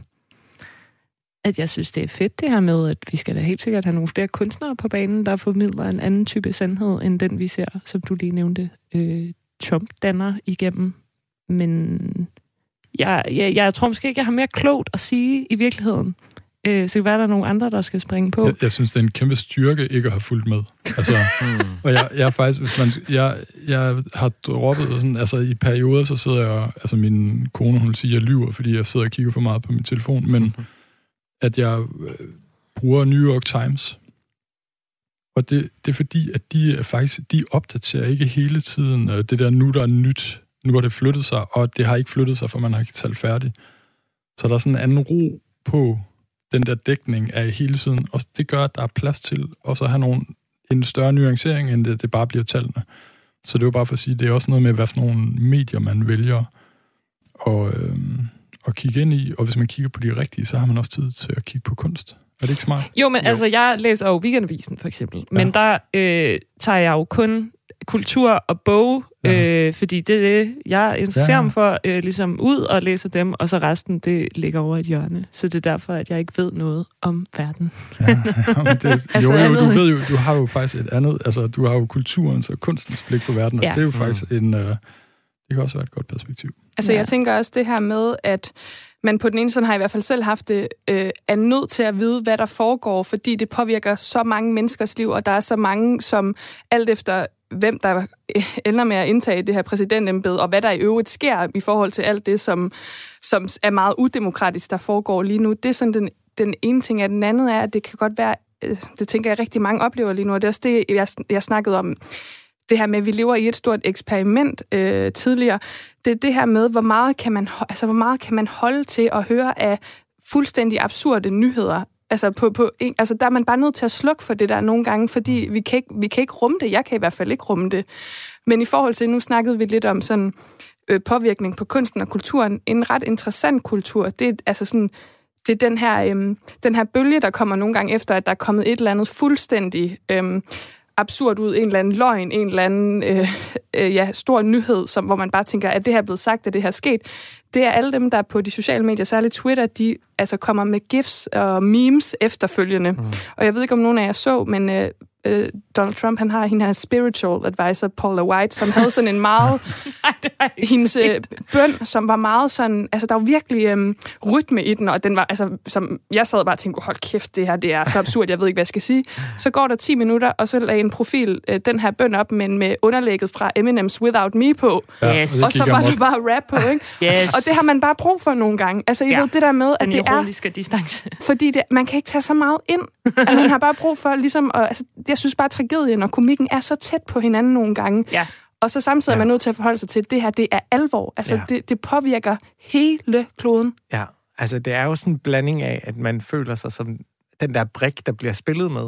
at jeg synes, det er fedt det her med, at vi skal da helt sikkert have nogle flere kunstnere på banen, der formidler en anden type sandhed, end den vi ser, som du lige nævnte, øh, Trump danner igennem. Men jeg, jeg, jeg tror måske ikke, jeg har mere klogt at sige i virkeligheden, Øh, så kan være, der er nogle andre, der skal springe på. Jeg, jeg synes, det er en kæmpe styrke ikke at have fulgt med. Altså, mm. Og jeg, jeg er faktisk, hvis man, jeg, jeg har droppet sådan, altså i perioder, så sidder jeg, altså min kone, hun siger, jeg lyver, fordi jeg sidder og kigger for meget på min telefon, men mm. at jeg øh, bruger New York Times. Og det, det er fordi, at de er faktisk, de opdaterer ikke hele tiden øh, det der, nu der er nyt, nu har det flyttet sig, og det har ikke flyttet sig, for man har ikke talt færdigt. Så der er sådan en anden ro på den der dækning af hele tiden, og det gør, at der er plads til også at have nogle, en større nuancering, end det, det bare bliver tallene. Så det er jo bare for at sige, det er også noget med, hvad for nogle medier man vælger at, øh, at kigge ind i, og hvis man kigger på de rigtige, så har man også tid til at kigge på kunst. Er det ikke smart? Jo, men jo. altså, jeg læser jo Weekendavisen, for eksempel, men ja. der øh, tager jeg jo kun kultur og bog, ja. øh, fordi det er det, jeg interesserer ja. mig for, øh, ligesom ud og læser dem, og så resten, det ligger over et hjørne. Så det er derfor, at jeg ikke ved noget om verden. Ja, det, altså, jo, jo, du ved jo, du har jo faktisk et andet, altså du har jo kulturens og kunstens blik på verden, og ja. det er jo faktisk mm. en, øh, det kan også være et godt perspektiv. Altså ja. jeg tænker også det her med, at man på den ene side har i hvert fald selv haft det, øh, er nødt til at vide, hvad der foregår, fordi det påvirker så mange menneskers liv, og der er så mange, som alt efter hvem der ender med at indtage det her præsidentembede, og hvad der i øvrigt sker i forhold til alt det, som, som er meget udemokratisk, der foregår lige nu. Det er sådan den, den ene ting, og den anden er, at det kan godt være, det tænker jeg rigtig mange oplever lige nu, og det er også det, jeg, jeg snakkede om, det her med, at vi lever i et stort eksperiment øh, tidligere. Det er det her med, hvor meget kan man, altså, hvor meget kan man holde til at høre af fuldstændig absurde nyheder. Altså, på, på en, altså, der er man bare nødt til at slukke for det der nogle gange, fordi vi kan, ikke, vi kan ikke rumme det. Jeg kan i hvert fald ikke rumme det. Men i forhold til, nu snakkede vi lidt om sådan øh, påvirkning på kunsten og kulturen. En ret interessant kultur, det er altså sådan, det er den her, øh, den her bølge, der kommer nogle gange efter, at der er kommet et eller andet fuldstændig øh, absurd ud, en eller anden løgn, en eller anden øh, øh, ja, stor nyhed, som, hvor man bare tænker, at det her er blevet sagt, at det her er sket. Det er alle dem, der på de sociale medier, særligt Twitter, de altså kommer med gifs og memes efterfølgende. Mm. Og jeg ved ikke, om nogen af jer så, men øh, øh, Donald Trump, han har hende her spiritual advisor, Paula White, som havde sådan en meget... Nej, hendes øh, bøn, som var meget sådan... Altså, der var virkelig øh, rytme i den, og den var... Altså, som jeg sad bare og tænkte, hold kæft, det her, det er så absurd, jeg ved ikke, hvad jeg skal sige. Så går der ti minutter, og så lagde en profil øh, den her bøn op, men med underlægget fra Eminems Without Me på. Yes. Og, og så var det bare rap på, ikke? Yes. Og det har man bare brug for nogle gange. Altså, I ja. ved det der med, at den det ironiske er... distance. Fordi det, man kan ikke tage så meget ind. At man har bare brug for ligesom... Og, altså, jeg synes bare, at tragedien og komikken er så tæt på hinanden nogle gange. Ja. Og så samtidig ja. er man nødt til at forholde sig til, at det her, det er alvor. Altså, ja. det, det påvirker hele kloden. Ja, altså det er jo sådan en blanding af, at man føler sig som den der brik, der bliver spillet med.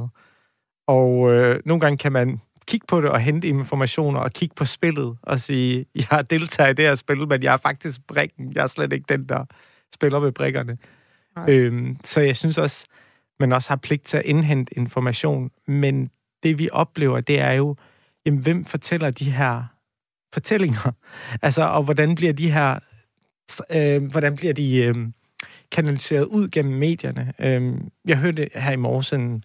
Og øh, nogle gange kan man kigge på det og hente informationer og kigge på spillet og sige, jeg deltager i det her spil, men jeg er faktisk brikken. Jeg er slet ikke den, der spiller med brikkerne. Øhm, så jeg synes også, man også har pligt til at indhente information. Men det, vi oplever, det er jo, jamen, hvem fortæller de her fortællinger? Altså, og hvordan bliver de her, øh, hvordan bliver de øh, kanaliseret ud gennem medierne? Øh, jeg hørte her i morges en,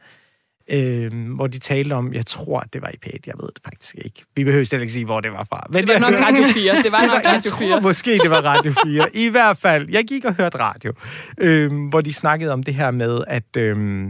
øh, hvor de talte om, jeg tror, det var i P et, jeg ved det faktisk ikke. Vi behøver slet ikke sige, hvor det var fra. Men det var nok Radio fire. Det var nok Radio fire. Jeg tror måske, det var Radio fire. I hvert fald, jeg gik og hørte radio, øh, hvor de snakkede om det her med, at... Øh,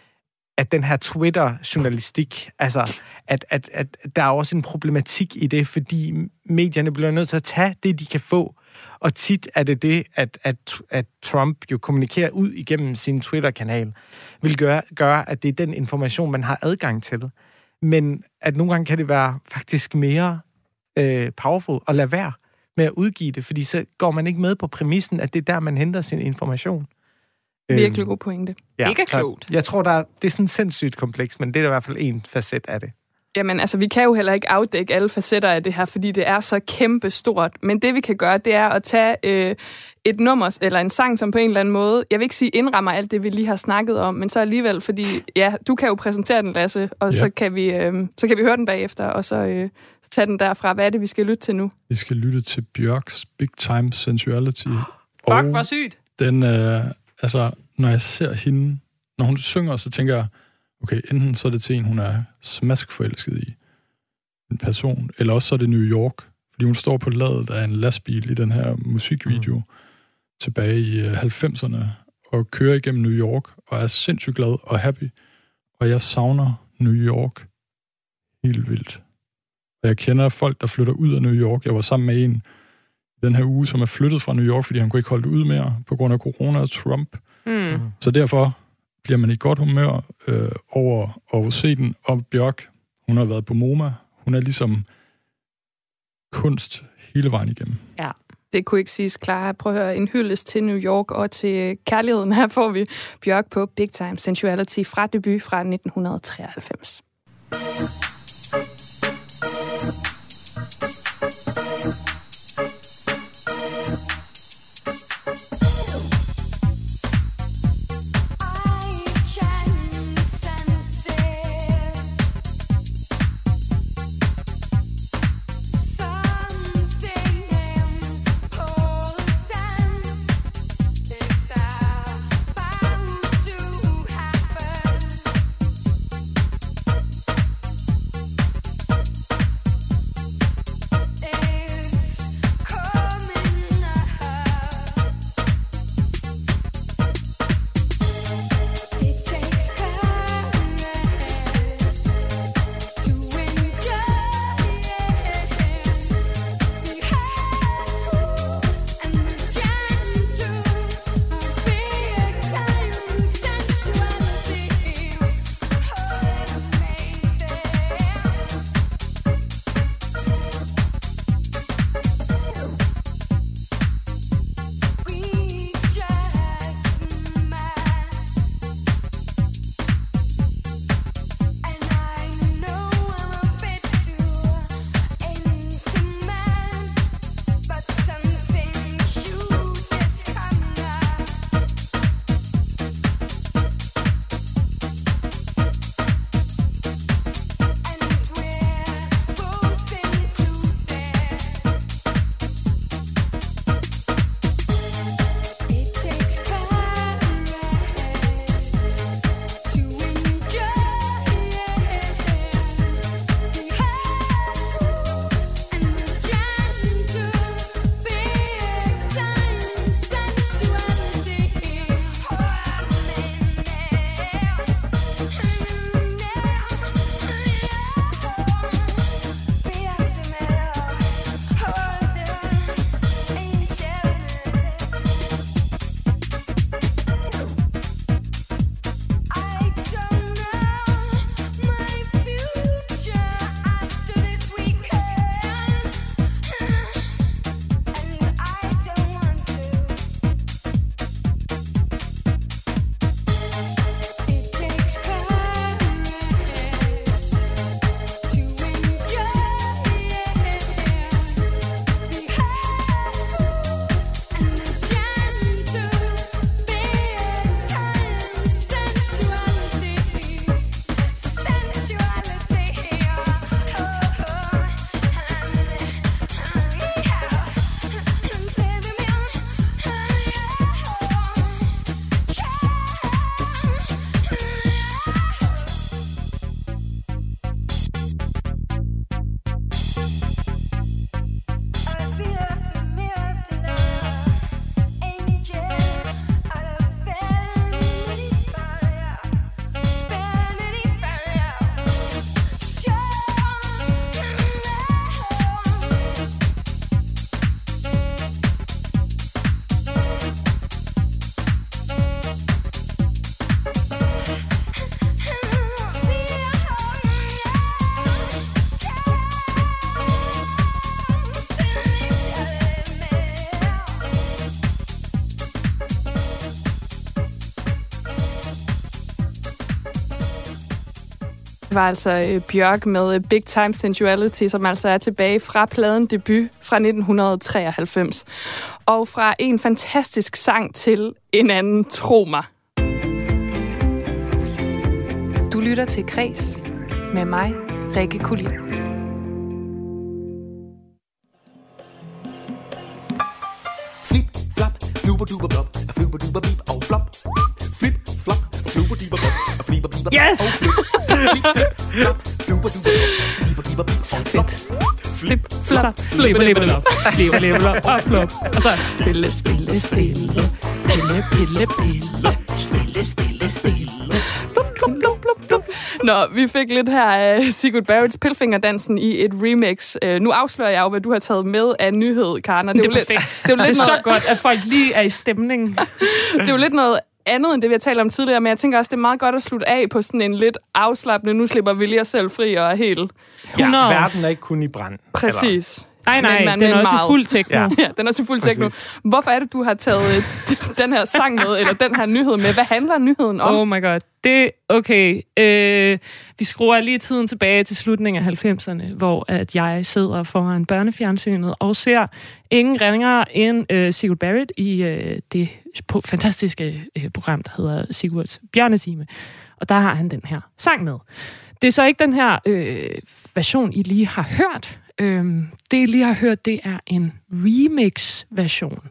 at den her Twitter-journalistik, altså, at, at, at der er også en problematik i det, fordi medierne bliver nødt til at tage det, de kan få. Og tit er det det, at, at, at Trump jo kommunikerer ud igennem sin Twitter-kanal, vil gøre, gøre, at det er den information, man har adgang til. Men at nogle gange kan det være faktisk mere øh, powerful at lade være med at udgive det, fordi så går man ikke med på præmissen, at det er der, man henter sin information. Virkelig god pointe. Ja, ikke klogt. Jeg tror, der er, det er sådan sindssygt kompleks, men det er i hvert fald en facet af det. Jamen, altså, vi kan jo heller ikke afdække alle facetter af det her, fordi det er så kæmpe stort. Men det, vi kan gøre, det er at tage øh, et nummer eller en sang, som på en eller anden måde, jeg vil ikke sige indrammer alt det, vi lige har snakket om, men så alligevel, fordi ja, du kan jo præsentere den, Lasse, og ja. så, kan vi, øh, så kan vi høre den bagefter, og så, øh, så tage den derfra. Hvad er det, vi skal lytte til nu? Vi skal lytte til Bjørks Big Time Sensuality. Fuck, hvor sygt! Den, øh, altså, når jeg ser hende, når hun synger, så tænker jeg, okay, enten så er det til en, hun er smaskforelsket i, en person, eller også så er det New York, fordi hun står på ladet af en lastbil i den her musikvideo mm. tilbage i halvfemserne, og kører igennem New York, og er sindssygt glad og happy. Og jeg savner New York helt vildt. Og jeg kender folk, der flytter ud af New York. Jeg var sammen med en den her uge, som er flyttet fra New York, fordi han kunne ikke holde det ud mere på grund af corona og Trump. Mm. Så derfor bliver man i godt humør øh, over at se den. Og Bjørk, hun har været på MoMA. Hun er ligesom kunst hele vejen igennem. Ja, det kunne ikke siges klar. Prøv at høre en hyldest til New York og til kærligheden. Her får vi Bjørk på Big Time Sensuality fra debut fra nitten treoghalvfems. Det var altså øh, Bjørk med Big Time Sensuality, som altså er tilbage fra pladen debut fra nitten treoghalvfems. Og fra en fantastisk sang til en anden, tro mig. Du lytter til Kres med mig, Rikke Kulin. Flip, flap, fluber, duber, blop, fluber, duber, bip og flop. Flip, flop, fluber, duber, blop, fliber, biber, yes! og flip. Flip, flip, flop, fluber, duber, blop, fliber, biber, bip og flop. Flip, flop, flipper, lipper, flop, flipper, lipper, og flop. Og så spille, spille, stille. Pille, pille, pille. Stille, stille, stille. Blum, blum, blum, blum, blum. Nå, vi fik lidt her af Sigurd Barretts Pilfingerdansen i et remix. Uh, nu afslører jeg jo, hvad du har taget med af nyhed, Karen. Det, det er jo lidt, perfekt. det er jo lidt det er noget, så godt, at folk lige er i stemningen. Det er jo lidt noget andet, end det vi har talt om tidligere, men jeg tænker også, det er meget godt at slutte af på sådan en lidt afslappende, nu slipper vi lige os selv fri og er helt... Ja, hundrede. verden er ikke kun i brand. Præcis. Nej, nej, Men man- den er men også meget. i fuld techno. Ja. Ja, den er til fuld techno. Hvorfor er det, du har taget øh, den her sang med, eller den her nyhed med? Hvad handler nyheden om? Oh my god. Det, okay. Øh, vi skruer lige tiden tilbage til slutningen af halvfemserne, hvor at jeg sidder foran børnefjernsynet og ser ingen ringere end øh, Sigurd Barrett i øh, det på, fantastiske øh, program, der hedder Sigurds Bjørnetime. Og der har han den her sang med. Det er så ikke den her øh, version, I lige har hørt. Øh, det, I lige har hørt, det er en remix-version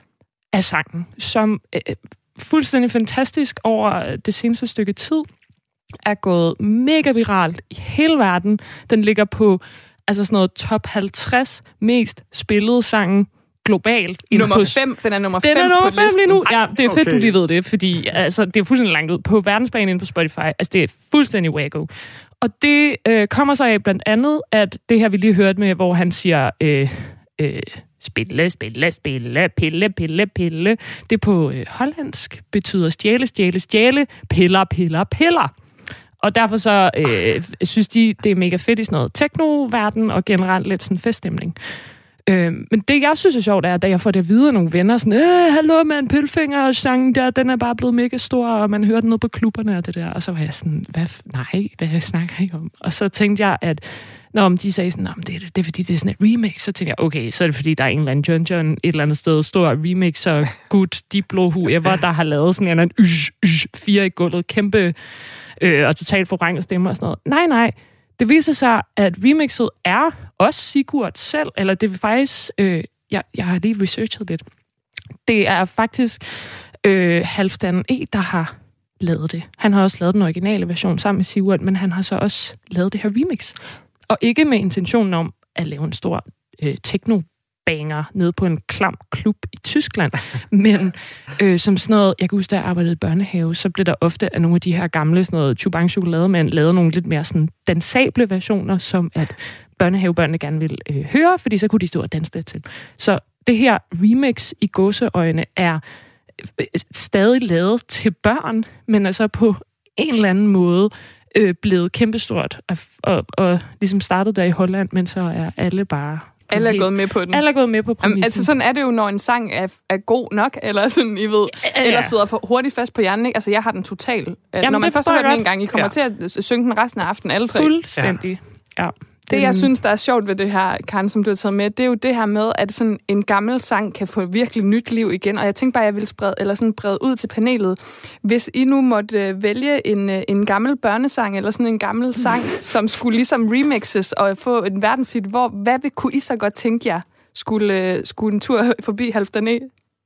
af sangen, som øh, fuldstændig fantastisk over det seneste stykke tid er gået mega viralt i hele verden. Den ligger på altså sådan noget top halvtreds mest spillede sange globalt. Nummer hos- fem. Den er nummer Den fem er nummer på fem lige listen. nu. Ja, det er fedt, Okay. du lige ved det, fordi altså, det er fuldstændig langt ud på verdensplan inde på Spotify. Altså, det er fuldstændig wacko. Og det øh, kommer så af blandt andet, at det her, vi lige hørte med, hvor han siger... Øh, øh, Spille, spille, spille, pille, pille, pille. Det på øh, hollandsk betyder stjæle, stjæle, stjæle, piller, piller, piller. Og derfor så øh, synes de, det er mega fedt i sådan noget techno-verden og generelt lidt sådan feststemning. Øh, men det, jeg synes er sjovt, er, da jeg får det videre af nogle venner, sådan, øh, hallo man, Pilfinger og sangen der, den er bare blevet mega stor, og man hører den ned på klubberne og det der. Og så var jeg sådan, hvad, f- nej, hvad snakker jeg om? Og så tænkte jeg, at når de sagde sådan, det, det, det er fordi, det er sådan et remix, så tænkte jeg, okay, så er det fordi, der er en eller anden John John et eller andet sted, stor remix, og gut, Diplo, whoever, der har lavet sådan en eller anden ysh, ysh, fire i gulvet, kæmpe øh, og totalt forvrænget stemme og sådan noget. Nej, nej. Det viser sig, at remixet er også Sigurd selv, eller det er faktisk, øh, jeg, jeg har lige researchet lidt, det er faktisk øh, Halfdan E., der har lavet det. Han har også lavet den originale version sammen med Sigurd, men han har så også lavet det her remix. Og ikke med intentionen om at lave en stor øh, techno-banger nede på en klam klub i Tyskland, men øh, som sådan noget, jeg kan huske, da jeg arbejdede i børnehave, så blev der ofte af nogle af de her gamle sådan noget Chubang chokolademænd lavet nogle lidt mere sådan dansable versioner, som at børnehavebørnene gerne ville øh, høre, fordi så kunne de stå og danse det til. Så det her remix i gåseøjne er øh, stadig lavet til børn, men altså på en eller anden måde øh, blevet kæmpestort og, og, og ligesom startede der i Holland, men så er alle bare... Alle er helt- gået med på den. Alle er gået med på præmissen. Jamen, altså sådan er det jo, når en sang er, er god nok, eller sådan, I ved, Ja, ja. eller sidder for hurtigt fast på hjernen, ikke? Altså, jeg har den total. Jamen, når man det først forstår har hørt jeg den en godt. gang, I kommer Ja. til at synge den resten af aftenen, alle tre. Fuldstændig. Ja. Det, jeg synes, der er sjovt ved det her, Karen, som du har taget med, det er jo det her med, at sådan en gammel sang kan få virkelig nyt liv igen. Og jeg tænkte bare, at jeg ville sprede, eller sådan brede ud til panelet. Hvis I nu måtte øh, vælge en, øh, en gammel børnesang, eller sådan en gammel sang, som skulle ligesom remixes og få en verdenshit, hvor, hvad vil, kunne I så godt tænke jer, skulle, øh, skulle en tur forbi Halfdan E?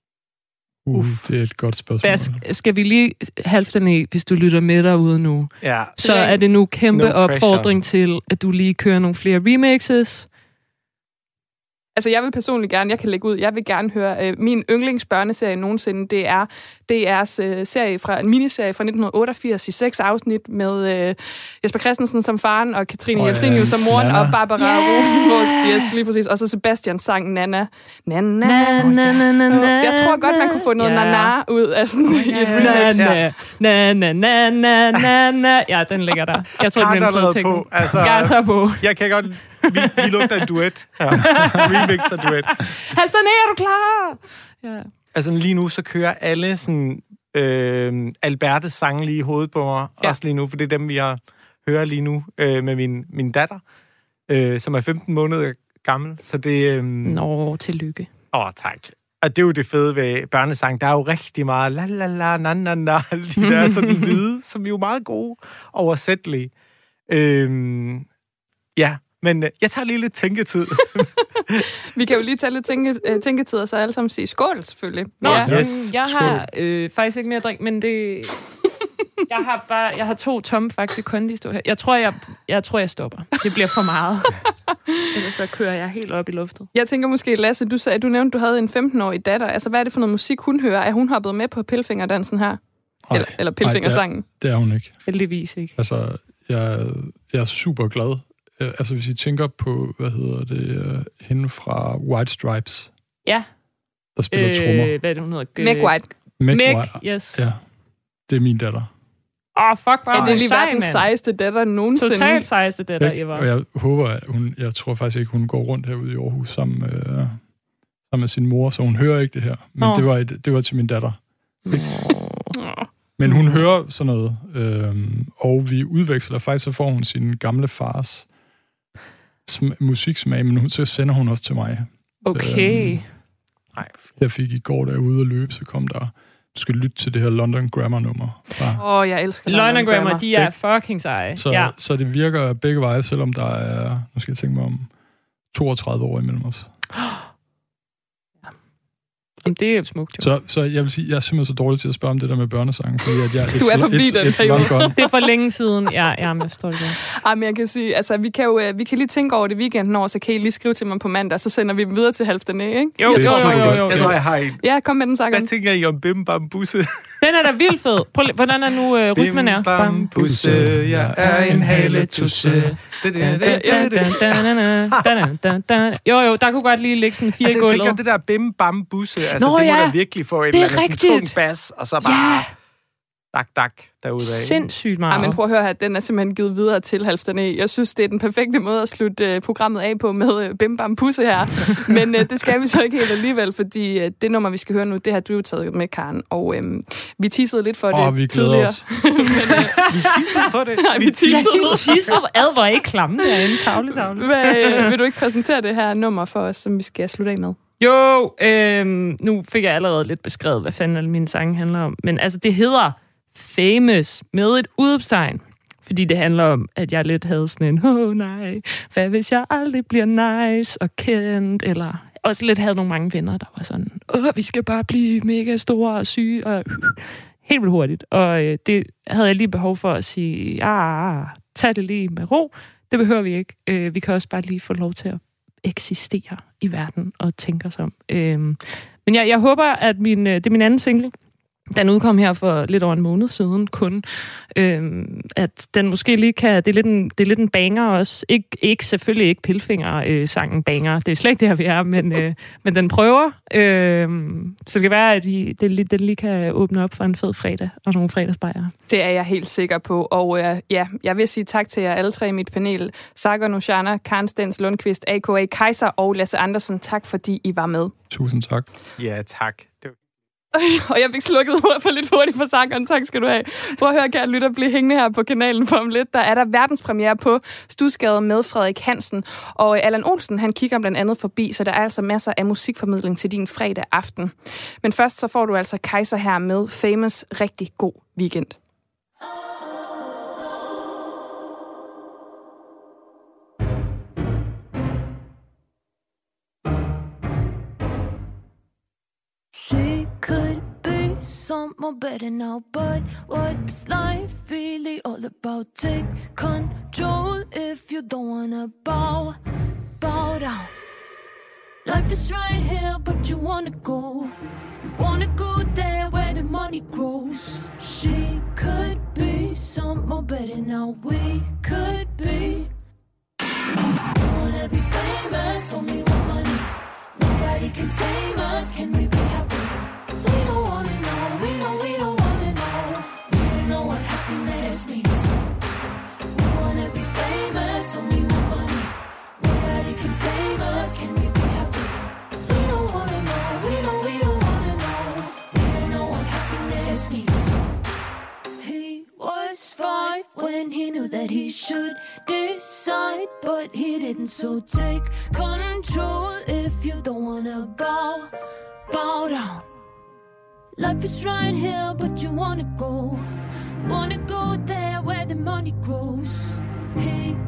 Uh, det er et godt spørgsmål. Bas, skal vi lige Halfdan E, hvis du lytter med derude nu, Ja. så er det nu kæmpe No pressure. opfordring til, at du lige kører nogle flere remixes. Altså, jeg vil personligt gerne, jeg kan lægge ud, jeg vil gerne høre, øh, min yndlingsbørneserie nogensinde, det er D R's øh, serie fra, en miniserie fra nitten otteogfirs i seks afsnit med øh, Jesper Christensen som faren, og Katrine Og, Jelsenius øh, som moren, Nana. og Barbara Yeah! Rosenborg, yes, lige præcis, og så Sebastian sang Nana. Nana. Na, na, na, na, na, Jeg tror godt, man kunne få noget Ja. Nana ud af sådan i et remix. Na, na, na, na, na, na, na. Ja, den ligger der. Jeg tror, Karen den er er en fed allerede techno. på. Altså, Jeg er så på. jeg kan godt... Vi, vi lugter en duet her. Remix og duet. Halvdan E, er du klar? Ja. Altså lige nu, så kører alle sådan... Øh, Albertes sange lige i hovedet på mig. Ja. Også lige nu, for det er dem, vi har hører lige nu øh, med min, min datter, øh, som er femten måneder gammel. Så det... Øh, Nå, tillykke. Åh, tak. Og det er jo det fede ved børnesang. Der er jo rigtig meget la la la, na na na, alle de der sådan lyde, som er jo meget gode oversættelige. Øhm, ja, men øh, jeg tager lige lidt tænketid. Vi kan jo lige tage lidt tænke, øh, tænketid, og så alle sammen sige skål, selvfølgelig. Nå, Ja. Yes. jeg har øh, faktisk ikke mere drik, men det... Jeg har bare, jeg har to tomme Faxe Kondi stå her. Jeg tror, jeg, jeg tror, jeg stopper. Det bliver for meget. Ellers så kører jeg helt op i luftet. Jeg tænker måske, Lasse, du sagde, du nævnte, du havde en femten-årig datter. Altså, hvad er det for noget musik, hun hører? Er hun hoppet med på Pilfingerdansen her? Ej, eller, eller Pilfingersangen? Ej, det, er, det er hun ikke. Heldigvis ikke. Altså, jeg, jeg er super glad. Altså, hvis I tænker på, hvad hedder det, uh, hende fra White Stripes. Ja. Der spiller øh, trommer. Hvad er det, hun hedder? Meg White. Meg, Meg, White. yes. Ja, det er min datter. Åh, oh, fuck, bare. Ja, det er lige verdens sejeste datter nogensinde. Totalt sejeste datter, Eva. Og jeg håber, at hun, jeg tror faktisk ikke, hun går rundt herude i Aarhus sammen med, øh, sammen med sin mor, så hun hører ikke det her. Men oh. det, var et, det var til min datter. Oh. Men hun hører sådan noget, øh, og vi udveksler. Faktisk så får hun sin gamle fars sm- musiksmag, men hun, så sender hun også til mig. Okay. Øh, nej, jeg fik i går, da jeg var ude at løbe, så kom der... Du skal lytte til det her London Grammar-nummer. Åh, oh, jeg elsker London, London Grammar. Grammar. De er fucking seje. Så, ja. så det virker begge veje, selvom der er, nu skal jeg tænke mig om, toogtredive år imellem os. Jamen, det er jo smukt, jo. Så, så jeg vil sige, jeg er simpelthen så dårlig til at spørge om det der med børnesange, fordi at jeg... Du er forbi it's, den it's periode. Det er for længe siden. Ja, ja, men jeg forstår det godt. Ej, men jeg kan sige, altså, vi kan jo vi kan lige tænke over det weekenden over, så kan I lige skrive til mig på mandag, så sender vi dem videre til halvdelen af, ikke? Jo, jo, jo, jo, jo. Jeg tror, jeg har en. Ja, kom med den, Sagan. Hvad tænker I om Bim Bam Busse? Den er da vildt fed. Prøv, hvordan er nu uh, rytmen er? Bim Bam Busse, jeg er en haletusse. Jo, jo, der kunne godt lige ligge sådan fire altså, i jeg gulvet. tænker, det der Bim Bam Busse, altså, Nå, det må ja. da virkelig få et Det er eller andet sådan tung bas, og så bare... Ja. Dak, dak, derudad. Sindssygt meget. Ej, men prøv at høre her, den er simpelthen givet videre til halvdelen af. Jeg synes, det er den perfekte måde at slutte uh, programmet af på med uh, Bim Bam Busse her. Men uh, det skal vi så ikke helt alligevel, fordi uh, det nummer, vi skal høre nu, det har du jo taget med, Karen. Og um, vi teasede lidt for oh, det vi tidligere. men, uh, vi teasede på det. Nej, vi teasede. Tissede ad, hvor ikke klamme det er en tavle, tavle. Hvad, uh, vil du ikke præsentere det her nummer for os, som vi skal slutte af med? Jo, øhm, nu fik jeg allerede lidt beskrevet, hvad fanden alle mine sange handler om. Men altså, det hedder Famous med et udopstegn. Fordi det handler om, at jeg lidt havde sådan en, åh oh, nej, hvad hvis jeg aldrig bliver nice og kendt? Eller også lidt havde nogle mange venner, der var sådan, åh, vi skal bare blive mega store og syge. Og helt vildt hurtigt. Og øh, det havde jeg lige behov for at sige, ah, tag det lige med ro. Det behøver vi ikke. Øh, vi kan også bare lige få lov til at eksistere i verden og tænke os om. Øhm, men jeg, jeg håber, at min, det er min anden single. Den udkom her for lidt over en måned siden kun. Øhm, at den måske lige kan... Det er lidt en, det er lidt en banger også. Ik, ikke, selvfølgelig ikke Pilfinger-sangen øh, banger. Det er slet ikke der, vi er, men, øh, men den prøver. Øhm, så det kan være, at I, det, det lige kan åbne op for en fed fredag og nogle fredagsbajere. Det er jeg helt sikker på. Og øh, ja, jeg vil sige tak til jer alle tre i mit panel. Sagar Nushaner, Karen Stens Lundqvist, a k a. Kaiser og Lasse Andersen. Tak, fordi I var med. Tusind tak. Ja, tak. Det Og jeg fik slukket ordet for lidt hurtigt for sangeren. Tak skal du have. Prøv at høre, kære lytter, blive hængende her på kanalen for om lidt. Der er der verdenspremiere på Studsgade med Frederik Hansen. Og Allan Olsen, han kigger blandt andet forbi, så der er altså masser af musikformidling til din fredag aften. Men først så får du altså Kaiser her med Famous. Rigtig god weekend. She could be someone better now, but what is life really all about? Take control if you don't wanna bow, bow down. Life is right here, but you wanna go. You wanna go there where the money grows. She could be someone better now, we could be. I wanna be famous, only want money. Nobody can tame us, can we be happy? We don't wanna know, we don't, we don't wanna know. We don't know what happiness means. We wanna be famous, only want money. Nobody can tame us, can we be happy? We don't wanna know, we don't, we don't wanna know. We don't know what happiness means. He was five when he knew that he should decide, but he didn't, so take control if you don't wanna bow, bow down. Life is right here, but you wanna go, wanna go there where the money grows. He